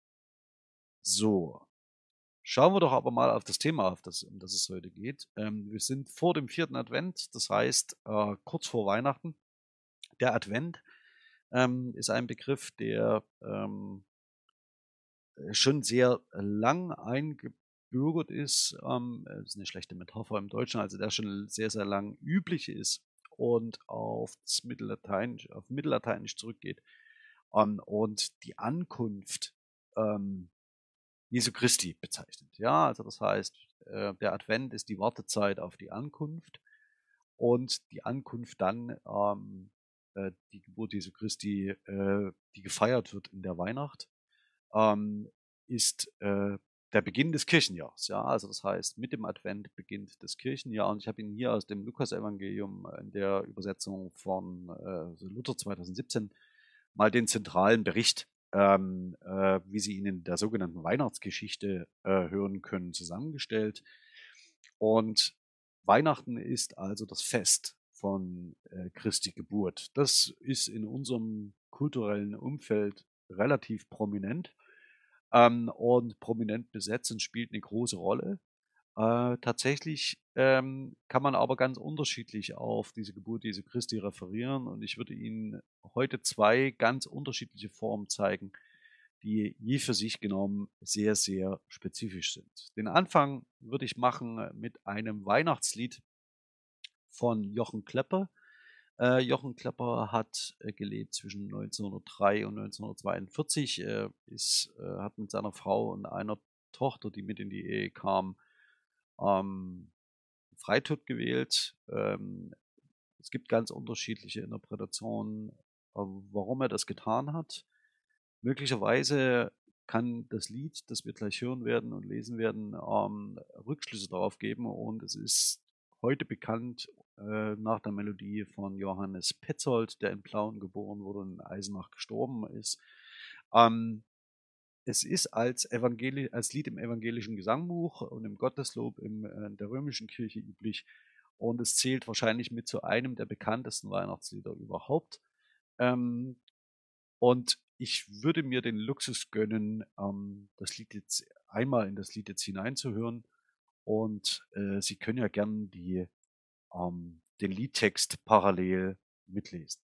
Speaker 1: So, schauen wir doch aber mal auf das Thema, um das es heute geht. Wir sind vor dem 4. Advent, das heißt kurz vor Weihnachten. Der Advent ist ein Begriff, der schon sehr lang eingebürgert ist. Das ist eine schlechte Metapher im Deutschen, also der schon sehr, sehr lang üblich ist und auf Mittellateinisch zurückgeht. Und die Ankunft Jesu Christi bezeichnet. Ja, also das heißt, der Advent ist die Wartezeit auf die Ankunft und die Ankunft dann, die Geburt Jesu Christi, die gefeiert wird in der Weihnacht, ist der Beginn des Kirchenjahrs. Ja, also das heißt, mit dem Advent beginnt das Kirchenjahr. Und ich habe Ihnen hier aus dem Lukasevangelium in der Übersetzung von Luther 2017 mal den zentralen Bericht, wie Sie ihn in der sogenannten Weihnachtsgeschichte hören können, zusammengestellt. Und Weihnachten ist also das Fest von Christi Geburt. Das ist in unserem kulturellen Umfeld relativ prominent und prominent besetzt und spielt eine große Rolle. Tatsächlich kann man aber ganz unterschiedlich auf diese Geburt Jesu Christi referieren und ich würde Ihnen heute zwei ganz unterschiedliche Formen zeigen, die je für sich genommen sehr, sehr spezifisch sind. Den Anfang würde ich machen mit einem Weihnachtslied von Jochen Klepper. Jochen Klepper hat gelebt zwischen 1903 und 1942, hat mit seiner Frau und einer Tochter, die mit in die Ehe kam, Freitod gewählt. Es gibt ganz unterschiedliche Interpretationen, warum er das getan hat. Möglicherweise kann das Lied, das wir gleich hören werden und lesen werden, Rückschlüsse darauf geben. Und es ist heute bekannt nach der Melodie von Johannes Petzold, der in Plauen geboren wurde und in Eisenach gestorben ist. Es ist als Lied im evangelischen Gesangbuch und im Gotteslob in der römischen Kirche üblich. Und es zählt wahrscheinlich mit zu einem der bekanntesten Weihnachtslieder überhaupt. Und ich würde mir den Luxus gönnen, das Lied jetzt einmal in das Lied jetzt hineinzuhören. Und Sie können ja gern den Liedtext parallel mitlesen.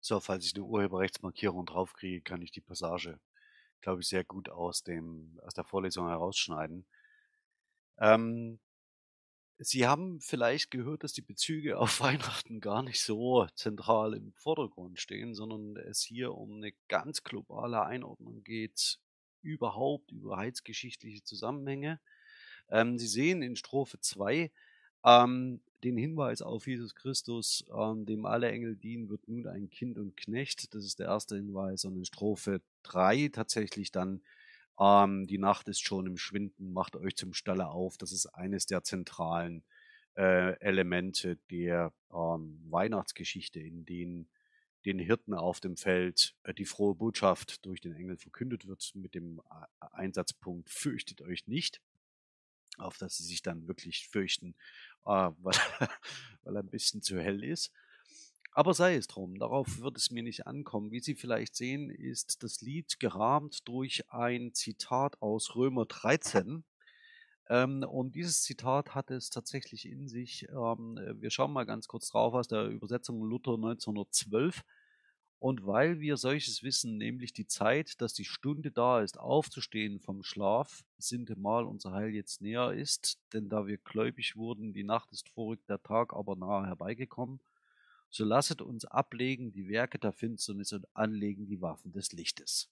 Speaker 1: So, falls ich 'ne Urheberrechtsmarkierung draufkriege, kann ich die Passage, glaube ich, sehr gut aus der Vorlesung herausschneiden. Ähm, Sie haben vielleicht gehört, dass die Bezüge auf Weihnachten gar nicht so zentral im Vordergrund stehen, sondern es hier um eine ganz globale Einordnung geht, überhaupt über heilsgeschichtliche Zusammenhänge. Sie sehen in Strophe 2 den Hinweis auf Jesus Christus, dem alle Engel dienen, wird nun ein Kind und Knecht. Das ist der erste Hinweis. Und in Strophe 3 tatsächlich dann, die Nacht ist schon im Schwinden, macht euch zum Stalle auf. Das ist eines der zentralen Elemente der Weihnachtsgeschichte, in denen den Hirten auf dem Feld die frohe Botschaft durch den Engel verkündet wird, mit dem Einsatzpunkt fürchtet euch nicht, auf dass sie sich dann wirklich fürchten, weil, weil er ein bisschen zu hell ist. Aber sei es drum, darauf wird es mir nicht ankommen. Wie Sie vielleicht sehen, ist das Lied gerahmt durch ein Zitat aus Römer 13. Und dieses Zitat hat es tatsächlich in sich. Wir schauen mal ganz kurz drauf aus der Übersetzung Luther 1912. Und weil wir solches wissen, nämlich die Zeit, dass die Stunde da ist, aufzustehen vom Schlaf, sintemal unser Heil jetzt näher ist, denn da wir gläubig wurden, die Nacht ist vorrückt, der Tag aber nahe herbeigekommen, so lasset uns ablegen die Werke der Finsternis und anlegen die Waffen des Lichtes.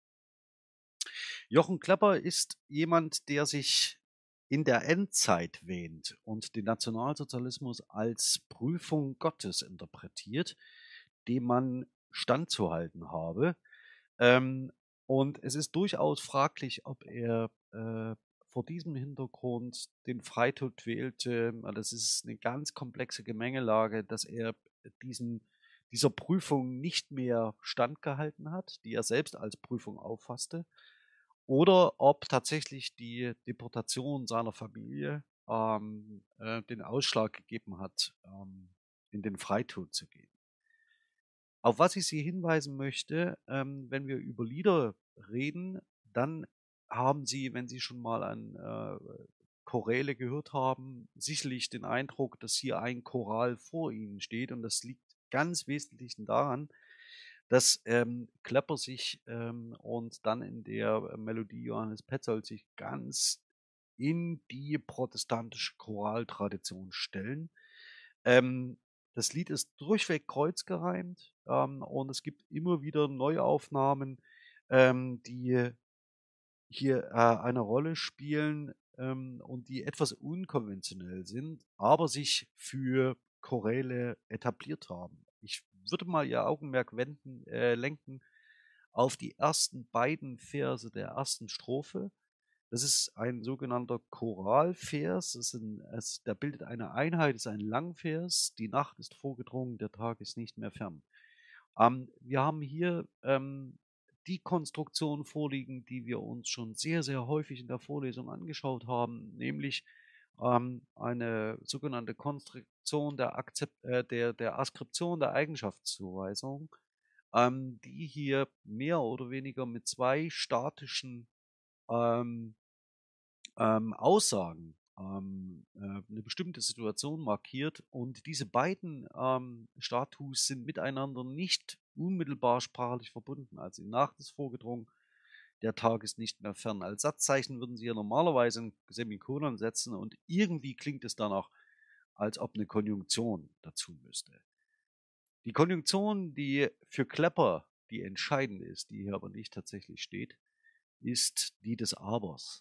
Speaker 1: Jochen Klepper ist jemand, der sich in der Endzeit wähnt und den Nationalsozialismus als Prüfung Gottes interpretiert, dem man standzuhalten habe. Ähm, und es ist durchaus fraglich, ob er vor diesem Hintergrund den Freitod wählte. Das ist eine ganz komplexe Gemengelage, dass er diesen, dieser Prüfung nicht mehr standgehalten hat, die er selbst als Prüfung auffasste, oder ob tatsächlich die Deportation seiner Familie den Ausschlag gegeben hat, in den Freitod zu gehen. Auf was ich Sie hinweisen möchte, wenn wir über Lieder reden, dann haben Sie, wenn Sie schon mal an Choräle gehört haben, sicherlich den Eindruck, dass hier ein Choral vor Ihnen steht. Und das liegt ganz wesentlich daran, dass Klepper sich und dann in der Melodie Johannes Petzold sich ganz in die protestantische Choraltradition stellen. Ähm, Das Lied ist durchweg kreuzgereimt, und es gibt immer wieder Neuaufnahmen, die hier eine Rolle spielen, und die etwas unkonventionell sind, aber sich für Choräle etabliert haben. Ich würde mal Ihr Augenmerk lenken auf die ersten beiden Verse der ersten Strophe. Das ist ein sogenannter Choralvers. Der bildet eine Einheit, ist ein Langvers. Die Nacht ist vorgedrungen, der Tag ist nicht mehr fern. Wir haben hier die Konstruktion vorliegen, die wir uns schon sehr, sehr häufig in der Vorlesung angeschaut haben, nämlich eine sogenannte Konstruktion der Askription der Eigenschaftszuweisung, die hier mehr oder weniger mit zwei statischen ähm, Aussagen 'ne bestimmte Situation markiert, und diese beiden Status sind miteinander nicht unmittelbar sprachlich verbunden. Also, die Nacht ist vorgedrungen, der Tag ist nicht mehr fern. Als Satzzeichen würden Sie ja normalerweise 'n Semikolon setzen, und irgendwie klingt es danach, als ob eine Konjunktion dazu müsste. Die Konjunktion, die für Klepper die entscheidende ist, die hier aber nicht tatsächlich steht, ist die des Abers.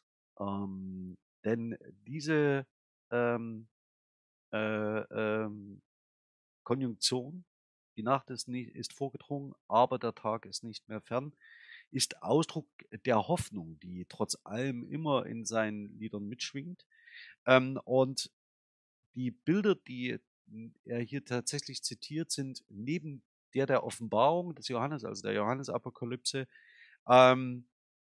Speaker 1: Denn diese ähm, äh, ähm, Konjunktion, die Nacht ist vorgedrungen, aber der Tag ist nicht mehr fern, ist Ausdruck der Hoffnung, die trotz allem immer in seinen Liedern mitschwingt. Und die Bilder, die er hier tatsächlich zitiert, sind neben der Offenbarung des Johannes, also der Johannesapokalypse, ähm,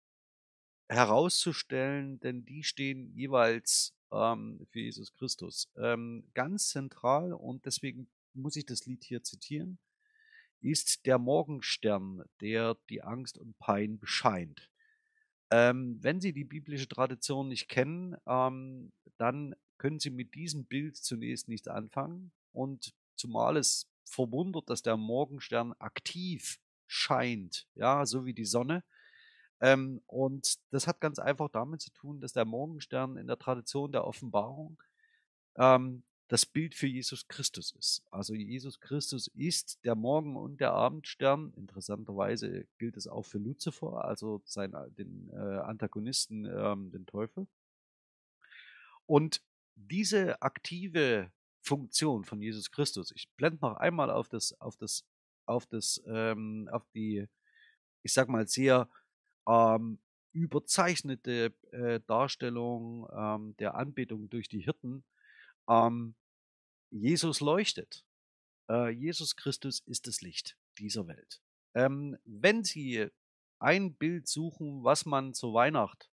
Speaker 1: herauszustellen, denn die stehen jeweils für Jesus Christus. Ganz zentral, und deswegen muss ich das Lied hier zitieren, ist der Morgenstern, der die Angst und Pein bescheint. Wenn Sie die biblische Tradition nicht kennen, dann können Sie mit diesem Bild zunächst nichts anfangen. Und zumal es verwundert, dass der Morgenstern aktiv scheint, ja, so wie die Sonne. Und das hat ganz einfach damit zu tun, dass der Morgenstern in der Tradition der Offenbarung das Bild für Jesus Christus ist. Also Jesus Christus ist der Morgen- und der Abendstern. Interessanterweise gilt es auch für Luzifer, also den Antagonisten, den Teufel. Und diese aktive Funktion von Jesus Christus, ich blende noch einmal auf die, ich sag mal, sehr ähm, überzeichnete Darstellung der Anbetung durch die Hirten. Ähm, Jesus leuchtet. Jesus Christus ist das Licht dieser Welt. Wenn Sie ein Bild suchen, was man zur Weihnacht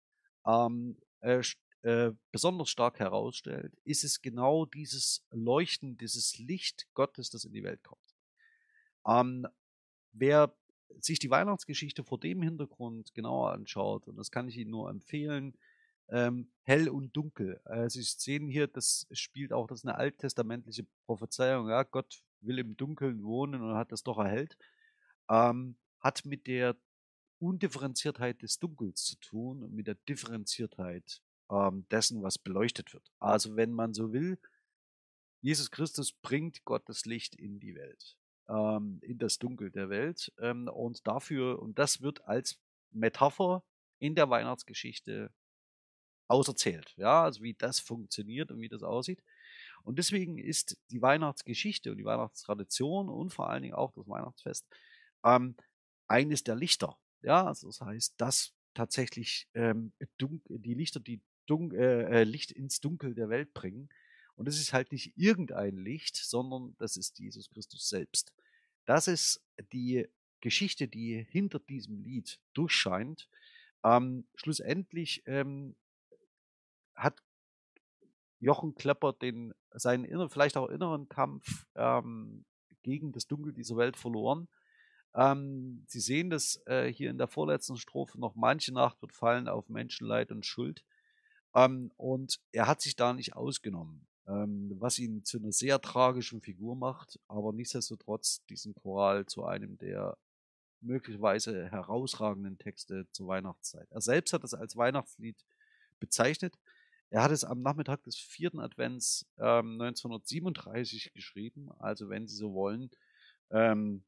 Speaker 1: besonders stark herausstellt, ist es genau dieses Leuchten, dieses Licht Gottes, das in die Welt kommt. Ähm, Wer sich die Weihnachtsgeschichte vor dem Hintergrund genauer anschaut, und das kann ich Ihnen nur empfehlen, hell und dunkel. Sie sehen hier, das ist eine alttestamentliche Prophezeiung. Ja, Gott will im Dunkeln wohnen und hat das doch erhellt. Hat mit der Undifferenziertheit des Dunkels zu tun und mit der Differenziertheit dessen, was beleuchtet wird. Also wenn man so will, Jesus Christus bringt Gottes Licht in die Welt, in das Dunkel der Welt. Und das wird als Metapher in der Weihnachtsgeschichte auserzählt. Ja, also wie das funktioniert und wie das aussieht. Und deswegen ist die Weihnachtsgeschichte und die Weihnachtstradition und vor allen Dingen auch das Weihnachtsfest ähm, eines der Lichter. Ja, also das heißt, dass tatsächlich die Lichter, Licht ins Dunkel der Welt bringen. Und das ist halt nicht irgendein Licht, sondern das ist Jesus Christus selbst. Das ist die Geschichte, die hinter diesem Lied durchscheint. Schlussendlich hat Jochen Klepper vielleicht auch inneren Kampf gegen das Dunkel dieser Welt verloren. Sie sehen das hier in der vorletzten Strophe noch: Manche Nacht wird fallen auf Menschenleid und Schuld. Und er hat sich da nicht ausgenommen, was ihn zu einer sehr tragischen Figur macht, aber nichtsdestotrotz diesen Choral zu einem der möglicherweise herausragenden Texte zur Weihnachtszeit. Er selbst hat es als Weihnachtslied bezeichnet. Er hat es am Nachmittag des vierten Advents 1937 geschrieben, also wenn Sie so wollen, ähm,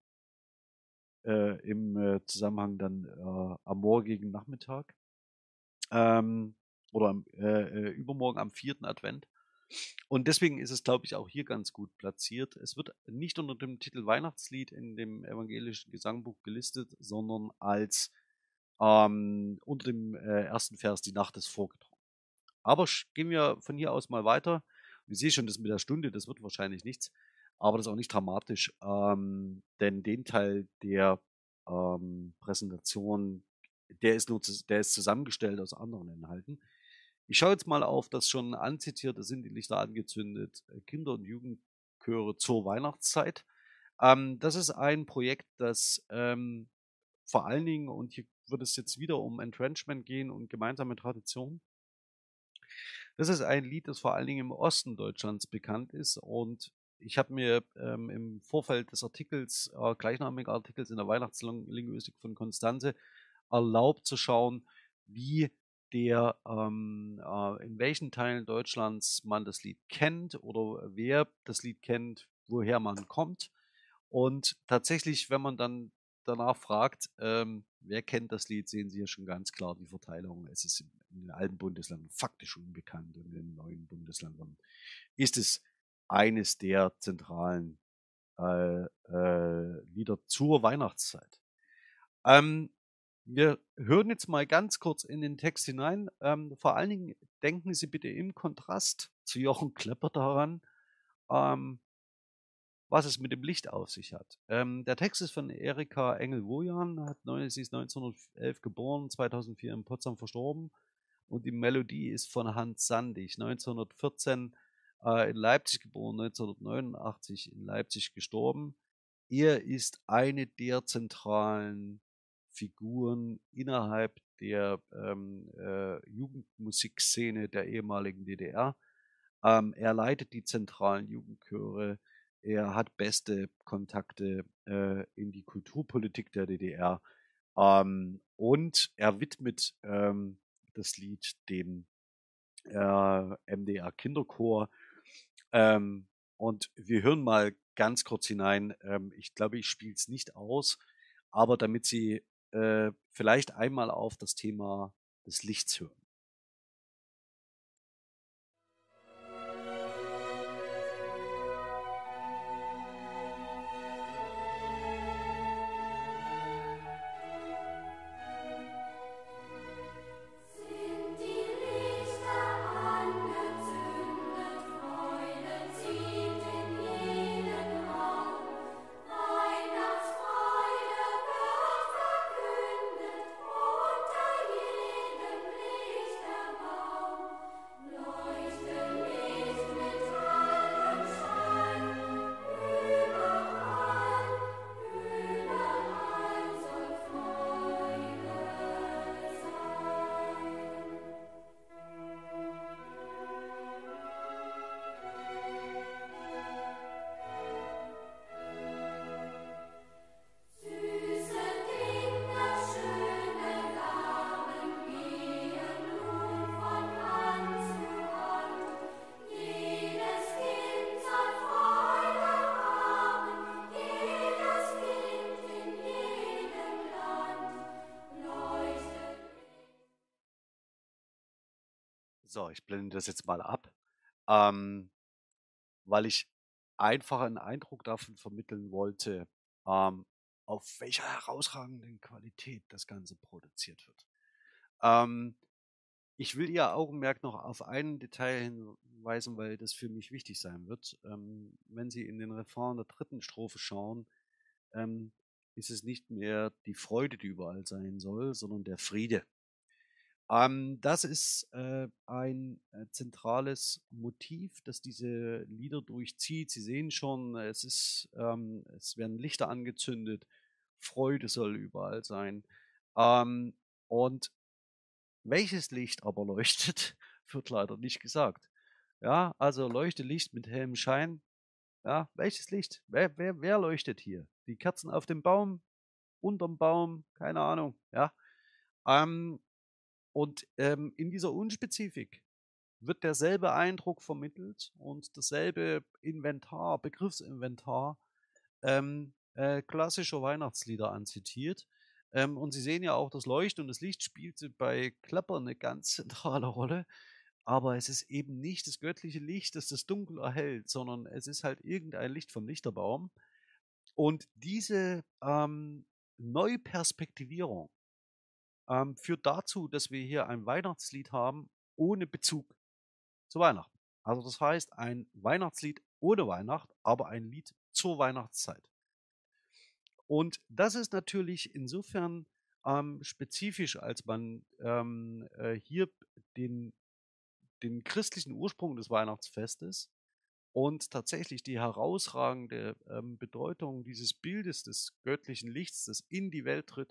Speaker 1: im Zusammenhang dann am morgigen Nachmittag ähm, oder übermorgen am vierten Advent. Und deswegen ist es, glaube ich, auch hier ganz gut platziert. Es wird nicht unter dem Titel Weihnachtslied in dem evangelischen Gesangbuch gelistet, sondern als unter dem ersten Vers Die Nacht ist vorgetragen. Aber gehen wir von hier aus mal weiter. Ich sehe schon, das mit der Stunde, das wird wahrscheinlich nichts, aber das ist auch nicht dramatisch, denn den Teil der Präsentation, der ist zusammengestellt aus anderen Inhalten. Ich schaue jetzt mal auf das schon anzitierte Sind die Lichter angezündet, Kinder- und Jugendchöre zur Weihnachtszeit. Das ist ein Projekt, das vor allen Dingen, und hier wird es jetzt wieder um Entrenchment gehen und gemeinsame Tradition. Das ist ein Lied, das vor allen Dingen im Osten Deutschlands bekannt ist, und ich habe mir im Vorfeld des gleichnamigen Artikels in der Weihnachtslinguistik von Konstanze erlaubt zu schauen, wie in welchen Teilen Deutschlands man das Lied kennt oder wer das Lied kennt, woher man kommt. Und tatsächlich, wenn man dann danach fragt, wer kennt das Lied, sehen Sie ja schon ganz klar die Verteilung. Es ist in den alten Bundesländern faktisch unbekannt und in den neuen Bundesländern ist es eines der zentralen Lieder zur Weihnachtszeit. Ähm, Wir hören jetzt mal ganz kurz in den Text hinein. Vor allen Dingen denken Sie bitte im Kontrast zu Jochen Klepper daran, ähm, was es mit dem Licht auf sich hat. Der Text ist von Erika Engel-Wojan, sie ist 1911 geboren, 2004 in Potsdam verstorben, und die Melodie ist von Hans Sandig, 1914 in Leipzig geboren, 1989 in Leipzig gestorben. Er ist eine der zentralen Figuren innerhalb der Jugendmusikszene der ehemaligen DDR. Er leitet die zentralen Jugendchöre. Er hat beste Kontakte, in die Kulturpolitik der DDR, und er widmet, das Lied dem, MDR Kinderchor. Ähm, und wir hören mal ganz kurz hinein. Ich glaube, ich spiele es nicht aus, aber damit Sie, vielleicht einmal auf das Thema des Lichts hören.
Speaker 2: Sind die Lichter angezündet, Freude zieht in jeden Raum. Weihnachtsfreude wird verkündet unter jedem Lichterbaum. Leuchte Licht mit hellem Schein, überall, überall soll Freude sein. Süße Dinge, schöne Gaben gehen nun von Hand zu Hand. Jedes Kind soll Freude haben, jedes Kind in jedem Land. Leuchtet
Speaker 1: So, ich blende das jetzt mal ab, ähm, weil ich einfach einen Eindruck davon vermitteln wollte, ähm, auf welcher herausragenden Qualität das Ganze produziert wird. Ähm, Ich will Ihr Augenmerk noch auf ein Detail hinweisen, weil das für mich wichtig sein wird. Wenn Sie in den Refrain der dritten Strophe schauen, ähm, ist es nicht mehr die Freude, die überall sein soll, sondern der Friede. Das ist, ein, zentrales Motiv, das diese Lieder durchzieht. Sie sehen schon, es werden Lichter angezündet, Freude soll überall sein. Ähm, und welches Licht aber leuchtet, wird leider nicht gesagt. Ja, also leuchte Licht mit hellem Schein. Ja, welches Licht? Wer leuchtet hier? Die Kerzen auf dem Baum, unterm Baum, keine Ahnung, ja. Ähm, in dieser Unspezifik wird derselbe Eindruck vermittelt und dasselbe Inventar, Begriffsinventar, klassischer Weihnachtslieder anzitiert. Und Sie sehen ja auch, das Leuchten und das Licht spielte bei Klepper eine ganz zentrale Rolle. Aber es ist eben nicht das göttliche Licht, das das Dunkel erhellt, sondern es ist halt irgendein Licht vom Lichterbaum. Und diese Neuperspektivierung führt dazu, dass wir hier ein Weihnachtslied haben ohne Bezug zu Weihnachten. Also das heißt, ein Weihnachtslied ohne Weihnacht, aber ein Lied zur Weihnachtszeit. Und das ist natürlich insofern spezifisch, als man hier den, den christlichen Ursprung des Weihnachtsfestes und tatsächlich die herausragende Bedeutung dieses Bildes des göttlichen Lichts, das in die Welt tritt,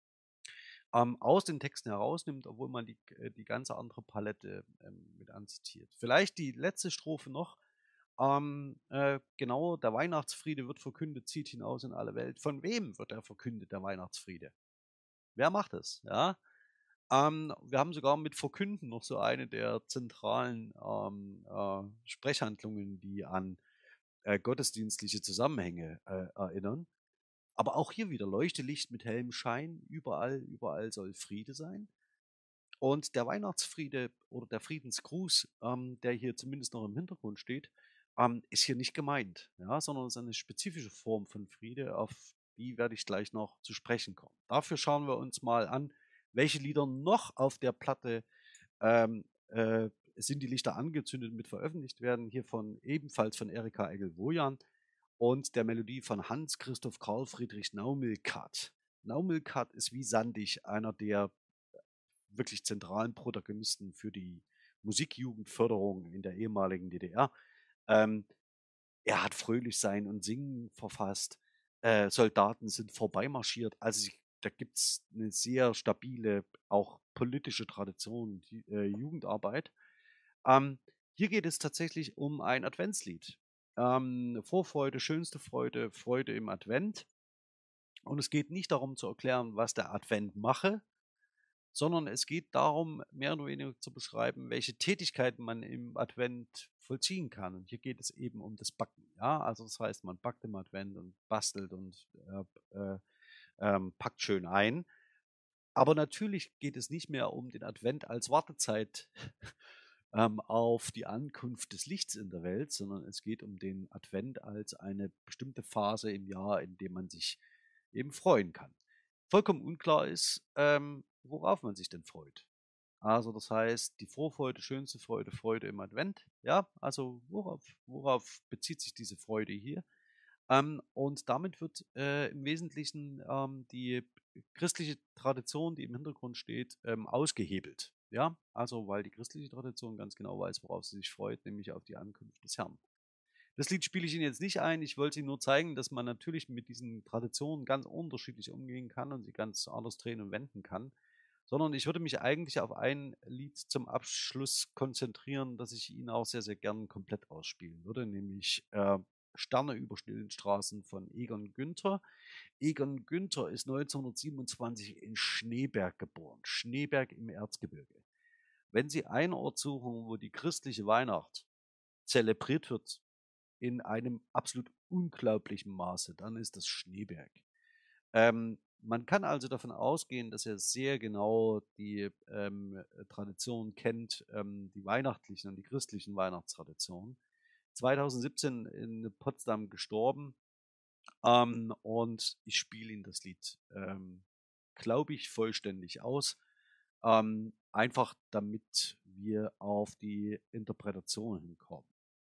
Speaker 1: aus den Texten herausnimmt, obwohl man die ganze andere Palette mit anzitiert. Vielleicht die letzte Strophe noch. Genau, der Weihnachtsfriede wird verkündet, zieht hinaus in alle Welt. Von wem wird er verkündet, der Weihnachtsfriede? Wer macht es? Ja? Wir haben sogar mit Verkünden noch so eine der zentralen Sprechhandlungen, die an gottesdienstliche Zusammenhänge erinnern. Aber auch hier wieder Leuchtelicht mit hellem Schein, überall, überall soll Friede sein. Und der Weihnachtsfriede oder der Friedensgruß, der hier zumindest noch im Hintergrund steht, ist hier nicht gemeint, ja, sondern es ist eine spezifische Form von Friede, auf die werde ich gleich noch zu sprechen kommen. Dafür schauen wir uns mal an, welche Lieder noch auf der Platte ähm, sind die Lichter angezündet mit veröffentlicht werden. Hier von ebenfalls von Erika Egel-Wojan und der Melodie von Hans Christoph Karl Friedrich Naumilkat. Naumilkat ist wie Sandig einer der wirklich zentralen Protagonisten für die Musikjugendförderung in der ehemaligen DDR. Ähm, Er hat Fröhlich sein und Singen verfasst. Soldaten sind vorbeimarschiert. Also da gibt es eine sehr stabile, auch politische Tradition, Jugendarbeit. Ähm, Hier geht es tatsächlich um ein Adventslied. Vorfreude, schönste Freude, Freude im Advent. Und es geht nicht darum zu erklären, was der Advent mache, sondern es geht darum, mehr oder weniger zu beschreiben, welche Tätigkeiten man im Advent vollziehen kann. Und hier geht es eben um das Backen. Ja, also das heißt, man backt im Advent und bastelt und packt schön ein. Aber natürlich geht es nicht mehr um den Advent als Wartezeit auf die Ankunft des Lichts in der Welt, sondern es geht um den Advent als eine bestimmte Phase im Jahr, in dem man sich eben freuen kann. Vollkommen unklar ist, worauf man sich denn freut. Also das heißt, die Vorfreude, schönste Freude, Freude im Advent. Ja, also worauf bezieht sich diese Freude hier? Und damit wird im Wesentlichen die christliche Tradition, die im Hintergrund steht, ausgehebelt. Ja, also weil die christliche Tradition ganz genau weiß, worauf sie sich freut, nämlich auf die Ankunft des Herrn. Das Lied spiele ich Ihnen jetzt nicht ein. Ich wollte Ihnen nur zeigen, dass man natürlich mit diesen Traditionen ganz unterschiedlich umgehen kann und sie ganz anders drehen und wenden kann. Sondern ich würde mich eigentlich auf ein Lied zum Abschluss konzentrieren, das ich Ihnen auch sehr, sehr gern komplett ausspielen würde, nämlich Sterne über stillen Straßen von Egon Günther. Egon Günther ist 1927 in Schneeberg geboren. Schneeberg im Erzgebirge. Wenn Sie einen Ort suchen, wo die christliche Weihnacht zelebriert wird, in einem absolut unglaublichen Maße, dann ist das Schneeberg. Man kann also davon ausgehen, dass er sehr genau die Tradition kennt, die weihnachtlichen und die christlichen Weihnachtstraditionen. 2017 in Potsdam gestorben, und ich spiele Ihnen das Lied, glaube ich, vollständig aus, einfach damit wir auf die Interpretation hinkommen.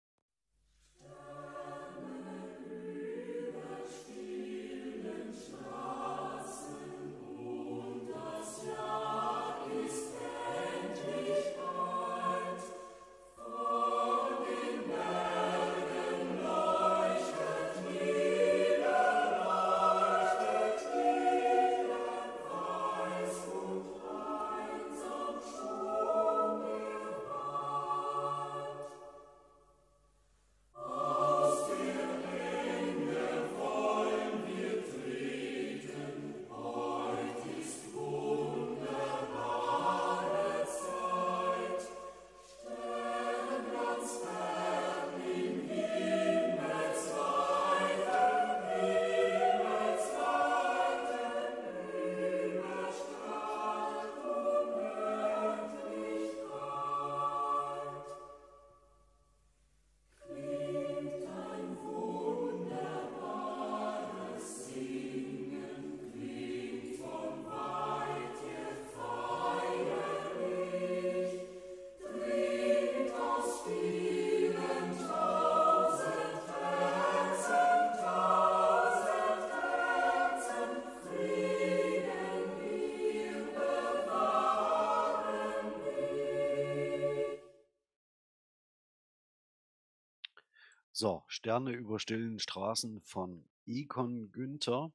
Speaker 1: So, Sterne über stillen Straßen von Egon Günther.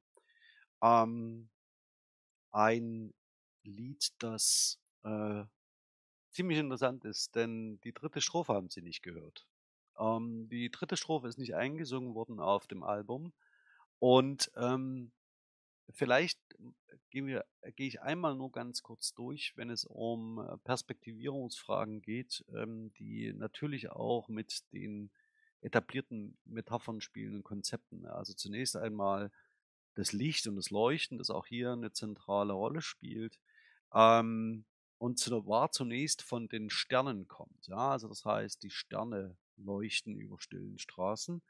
Speaker 1: Ein Lied, das ziemlich interessant ist, denn die dritte Strophe haben Sie nicht gehört. Die dritte Strophe ist nicht eingesungen worden auf dem Album. Und vielleicht gehe ich einmal nur ganz kurz durch, wenn es um Perspektivierungsfragen geht, die natürlich auch mit den etablierten Metaphern spielen und Konzepten. Also zunächst einmal das Licht und das Leuchten, das auch hier eine zentrale Rolle spielt. Und war zunächst von den Sternen kommt. Ja, also das heißt, die Sterne leuchten über stillen Straßen.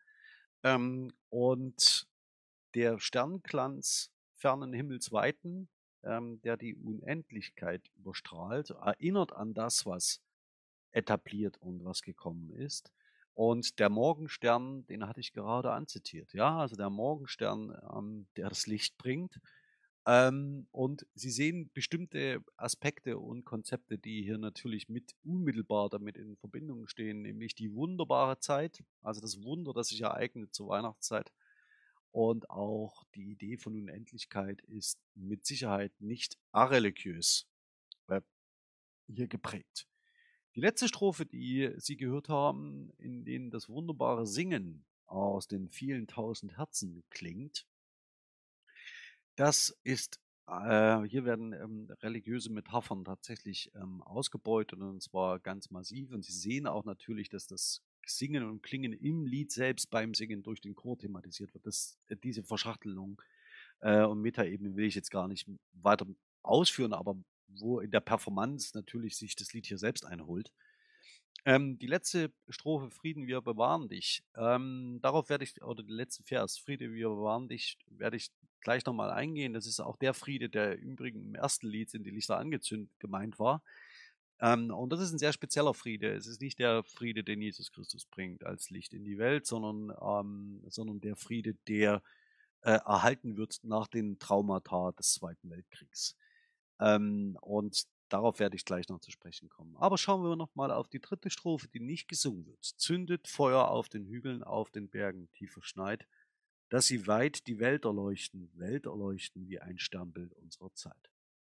Speaker 1: Und der Sternglanz fernen Himmelsweiten, der die Unendlichkeit überstrahlt, erinnert an das, was etabliert und was gekommen ist. Und der Morgenstern, den hatte ich gerade anzitiert. Ja, also der Morgenstern, der das Licht bringt. Und Sie sehen bestimmte Aspekte und Konzepte, die hier natürlich mit unmittelbar damit in Verbindung stehen, nämlich die wunderbare Zeit, also das Wunder, das sich ereignet zur Weihnachtszeit. Und auch die Idee von Unendlichkeit ist mit Sicherheit nicht areligiös hier geprägt. Die letzte Strophe, die Sie gehört haben, in denen das wunderbare Singen aus den vielen tausend Herzen klingt, das ist hier werden, religiöse Metaphern tatsächlich, ausgebeutet und zwar ganz massiv. Und Sie sehen auch natürlich, dass das Singen und Klingen im Lied selbst beim Singen durch den Chor thematisiert wird. Diese Verschachtelung, und Metaebene will ich jetzt gar nicht weiter ausführen, aber wo in der Performance natürlich sich das Lied hier selbst einholt. Die letzte Strophe „Frieden, wir bewahren dich“, darauf werde ich oder der letzte Vers „Friede, wir bewahren dich“, werde ich gleich noch mal eingehen. Das ist auch der Friede, der im Übrigen im ersten Lied „Sind die Lichter angezündet“ gemeint war. Und das ist ein sehr spezieller Friede. Es ist nicht der Friede, den Jesus Christus bringt als Licht in die Welt, sondern der Friede, der, erhalten wird nach den Traumata des Zweiten Weltkriegs. Und darauf werde ich gleich noch zu sprechen kommen. Aber schauen wir noch mal auf die dritte Strophe, die nicht gesungen wird. „Zündet Feuer auf den Hügeln, auf den Bergen tief verschneit, dass sie weit die Welt erleuchten wie ein Sternbild unserer Zeit.“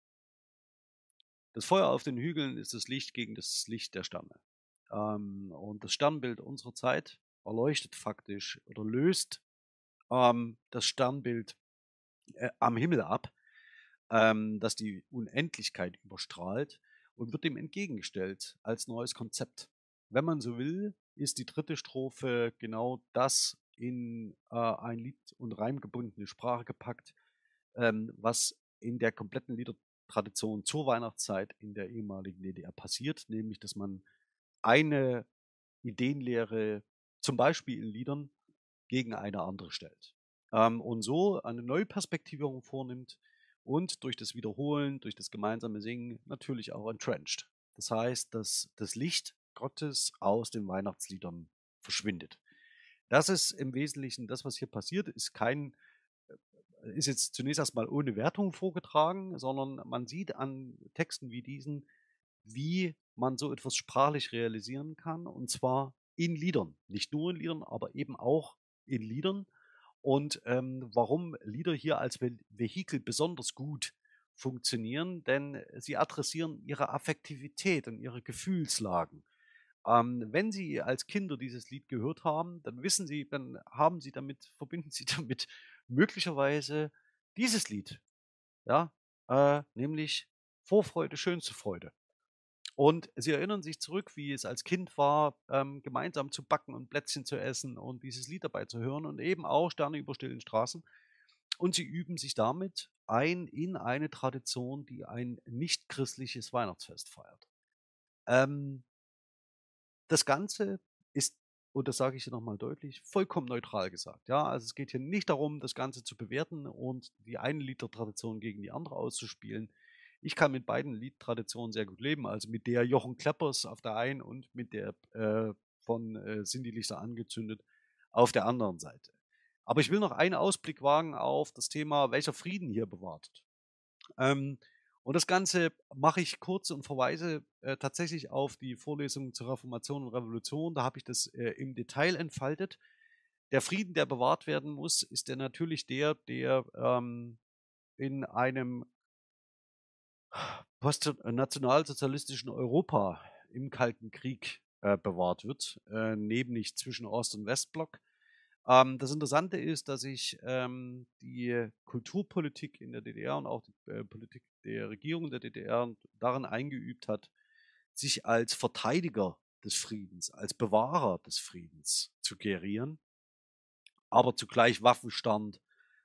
Speaker 1: Das Feuer auf den Hügeln ist das Licht gegen das Licht der Sterne. Und das Sternbild unserer Zeit erleuchtet faktisch oder löst, das Sternbild, am Himmel ab, das die Unendlichkeit überstrahlt und wird dem entgegengestellt als neues Konzept. Wenn man so will, ist die dritte Strophe genau das in ein Lied- und reimgebundene Sprache gepackt, was in der kompletten Liedertradition zur Weihnachtszeit in der ehemaligen DDR passiert, nämlich dass man eine Ideenlehre zum Beispiel in Liedern gegen eine andere stellt. Und so eine Neuperspektivierung vornimmt und durch das Wiederholen, durch das gemeinsame Singen natürlich auch entrencht. Das heißt, dass das Licht Gottes aus den Weihnachtsliedern verschwindet. Das ist im Wesentlichen das, was hier passiert, ist jetzt zunächst erstmal ohne Wertung vorgetragen, sondern man sieht an Texten wie diesen, wie man so etwas sprachlich realisieren kann, und zwar in Liedern. Nicht nur in Liedern, aber eben auch in Liedern. Und warum Lieder hier als Vehikel besonders gut funktionieren, denn sie adressieren ihre Affektivität und ihre Gefühlslagen. Wenn Sie als Kinder dieses Lied gehört haben, dann verbinden Sie damit möglicherweise dieses Lied, ja, nämlich Vorfreude, schönste Freude. Und Sie erinnern sich zurück, wie es als Kind war, gemeinsam zu backen und Plätzchen zu essen und dieses Lied dabei zu hören und eben auch „Sterne über stillen Straßen“. Und Sie üben sich damit ein in eine Tradition, die ein nichtchristliches Weihnachtsfest feiert. Ähm, Das Ganze ist, und das sage ich hier noch mal deutlich, vollkommen neutral gesagt, ja? Also, es geht hier nicht darum, das Ganze zu bewerten und die eine Liedertradition gegen die andere auszuspielen. Ich kann mit beiden Liedtraditionen sehr gut leben, also mit der Jochen Kleppers auf der einen und mit der, von, „Sind die Lichter angezündet“ auf der anderen Seite. Aber ich will noch einen Ausblick wagen auf das Thema, welcher Frieden hier bewahrt wird. Ähm, und das Ganze mache ich kurz und verweise, tatsächlich auf die Vorlesung zur Reformation und Revolution. Da habe ich das, im Detail entfaltet. Der Frieden, der bewahrt werden muss, ist natürlich der, in einem postnationalsozialistischen Europa im Kalten Krieg, bewahrt wird, nämlich zwischen Ost und Westblock. Das Interessante ist, dass sich, die Kulturpolitik in der DDR und auch die, Politik der Regierung der DDR darin eingeübt hat, sich als Verteidiger des Friedens, als Bewahrer des Friedens zu gerieren, aber zugleich Waffenstand,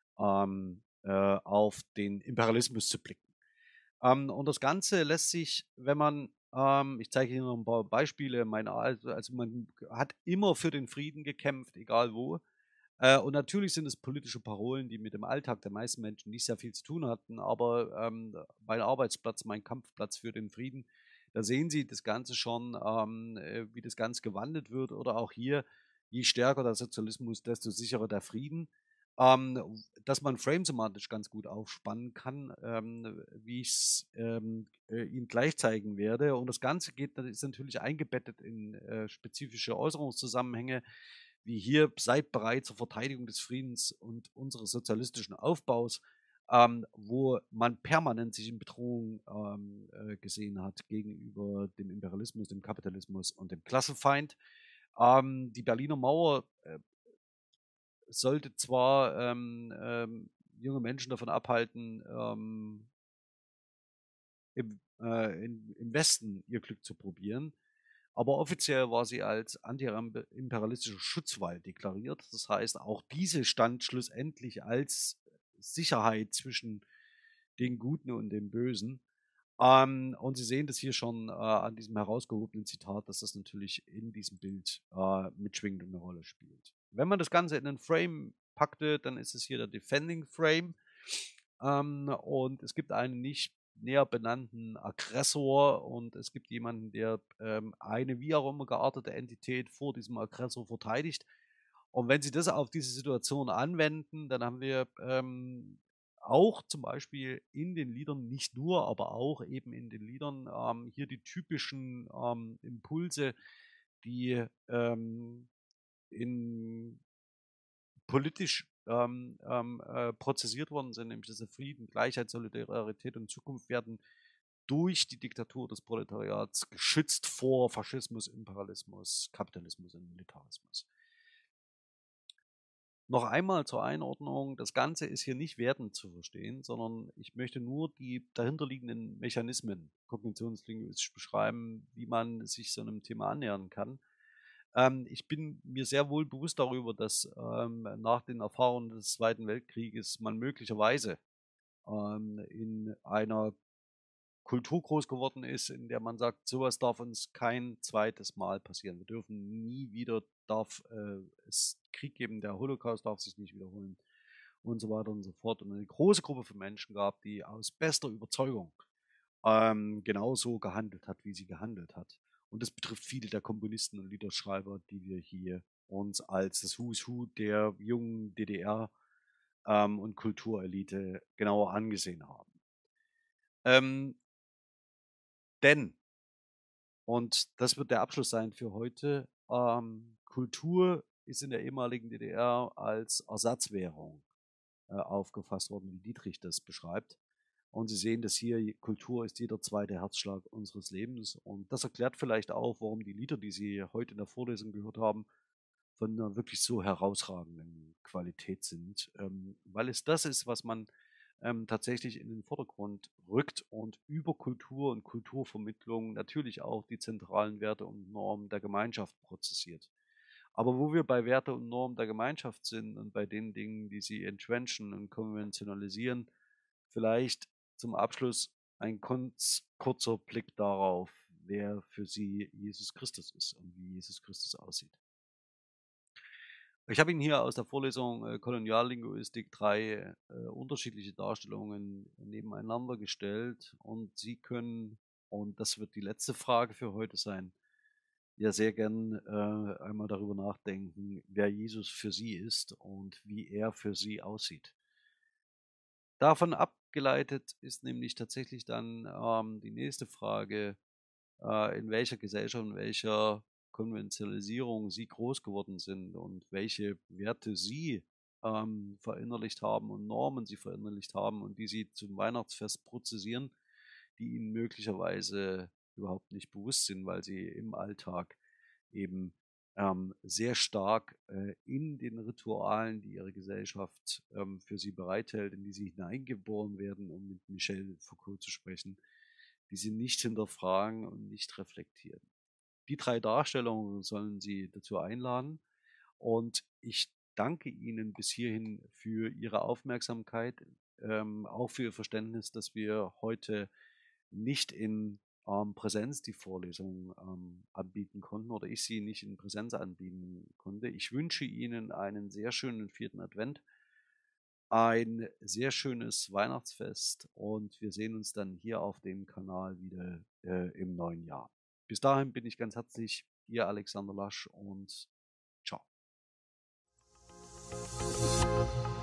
Speaker 1: auf den Imperialismus zu blicken. Und das Ganze lässt sich, wenn man ich zeige Ihnen noch ein paar Beispiele, also man hat immer für den Frieden gekämpft, egal wo. Und natürlich sind es politische Parolen, die mit dem Alltag der meisten Menschen nicht sehr viel zu tun hatten, aber, mein Arbeitsplatz, mein Kampfplatz für den Frieden, da sehen Sie das Ganze schon, wie das Ganze gewandelt wird oder auch hier, je stärker der Sozialismus, desto sicherer der Frieden. Dass man framesemantisch ganz gut aufspannen kann, wie ich's, Ihnen gleich zeigen werde. Und das Ganze ist natürlich eingebettet in, spezifische Äußerungszusammenhänge, wie hier: „Seid bereit zur Verteidigung des Friedens und unseres sozialistischen Aufbaus“, wo man permanent sich in Bedrohung, gesehen hat gegenüber dem Imperialismus, dem Kapitalismus und dem Klassenfeind. Die Berliner Mauer, sollte zwar junge Menschen davon abhalten, im Westen ihr Glück zu probieren, aber offiziell war sie als antiimperialistischer Schutzwall deklariert. Das heißt, auch diese stand schlussendlich als Sicherheit zwischen den Guten und den Bösen. Und Sie sehen das hier schon an diesem herausgehobenen Zitat, dass das natürlich in diesem Bild mitschwingend und eine Rolle spielt. Wenn man das Ganze in einen Frame packte, dann ist es hier der Defending Frame. Und es gibt einen nicht näher benannten Aggressor und es gibt jemanden, der eine wie auch immer geartete Entität vor diesem Aggressor verteidigt. Und wenn Sie das auf diese Situation anwenden, dann haben wir auch zum Beispiel in den Liedern, nicht nur, aber auch eben in den Liedern, hier die typischen Impulse, die in politisch prozessiert worden sind, nämlich dass Frieden, Gleichheit, Solidarität und Zukunft werden durch die Diktatur des Proletariats geschützt vor Faschismus, Imperialismus, Kapitalismus und Militarismus. Noch einmal zur Einordnung, das Ganze ist hier nicht wertend zu verstehen, sondern ich möchte nur die dahinterliegenden Mechanismen kognitionslinguistisch beschreiben, wie man sich so einem Thema annähern kann. Ich bin mir sehr wohl bewusst darüber, dass nach den Erfahrungen des Zweiten Weltkrieges man möglicherweise in einer Kultur groß geworden ist, in der man sagt, sowas darf uns kein zweites Mal passieren. Wir dürfen nie wieder, darf es Krieg geben, der Holocaust darf sich nicht wiederholen und so weiter und so fort. Und eine große Gruppe von Menschen gab, die aus bester Überzeugung genauso gehandelt hat, wie sie gehandelt hat. Und das betrifft viele der Komponisten und Liederschreiber, die wir hier uns als das Who's Who der jungen DDR und Kulturelite genauer angesehen haben. Denn, und das wird der Abschluss sein für heute, Kultur ist in der ehemaligen DDR als Ersatzwährung aufgefasst worden, wie Dietrich das beschreibt. Und Sie sehen, dass hier Kultur ist jeder zweite Herzschlag unseres Lebens. Und das erklärt vielleicht auch, warum die Lieder, die Sie heute in der Vorlesung gehört haben, von einer wirklich so herausragenden Qualität sind, weil es das ist, was man tatsächlich in den Vordergrund rückt und über Kultur und Kulturvermittlung natürlich auch die zentralen Werte und Normen der Gemeinschaft prozessiert. Aber wo wir bei Werte und Normen der Gemeinschaft sind und bei den Dingen, die sie entrenchen und konventionalisieren, vielleicht zum Abschluss ein kurzer Blick darauf, wer für Sie Jesus Christus ist und wie Jesus Christus aussieht. Ich habe Ihnen hier aus der Vorlesung Koloniallinguistik 3 unterschiedliche Darstellungen nebeneinander gestellt und Sie können, und das wird die letzte Frage für heute sein, ja sehr gern einmal darüber nachdenken, wer Jesus für Sie ist und wie er für Sie aussieht. Davon abgeleitet ist nämlich tatsächlich dann die nächste Frage, in welcher Gesellschaft, in welcher Konventionalisierung Sie groß geworden sind und welche Werte Sie verinnerlicht haben und Normen Sie verinnerlicht haben und die Sie zum Weihnachtsfest prozessieren, die Ihnen möglicherweise überhaupt nicht bewusst sind, weil Sie im Alltag eben sehr stark in den Ritualen, die Ihre Gesellschaft für Sie bereithält, in die Sie hineingeboren werden, um mit Michel Foucault zu sprechen, die Sie nicht hinterfragen und nicht reflektieren. Die 3 Darstellungen sollen Sie dazu einladen und ich danke Ihnen bis hierhin für Ihre Aufmerksamkeit, auch für Ihr Verständnis, dass wir heute nicht in Präsenz die Vorlesung anbieten konnten oder ich sie nicht in Präsenz anbieten konnte. Ich wünsche Ihnen einen sehr schönen 4. Advent, ein sehr schönes Weihnachtsfest und wir sehen uns dann hier auf dem Kanal wieder im neuen Jahr. Bis dahin bin ich ganz herzlich Ihr Alexander Lasch und ciao.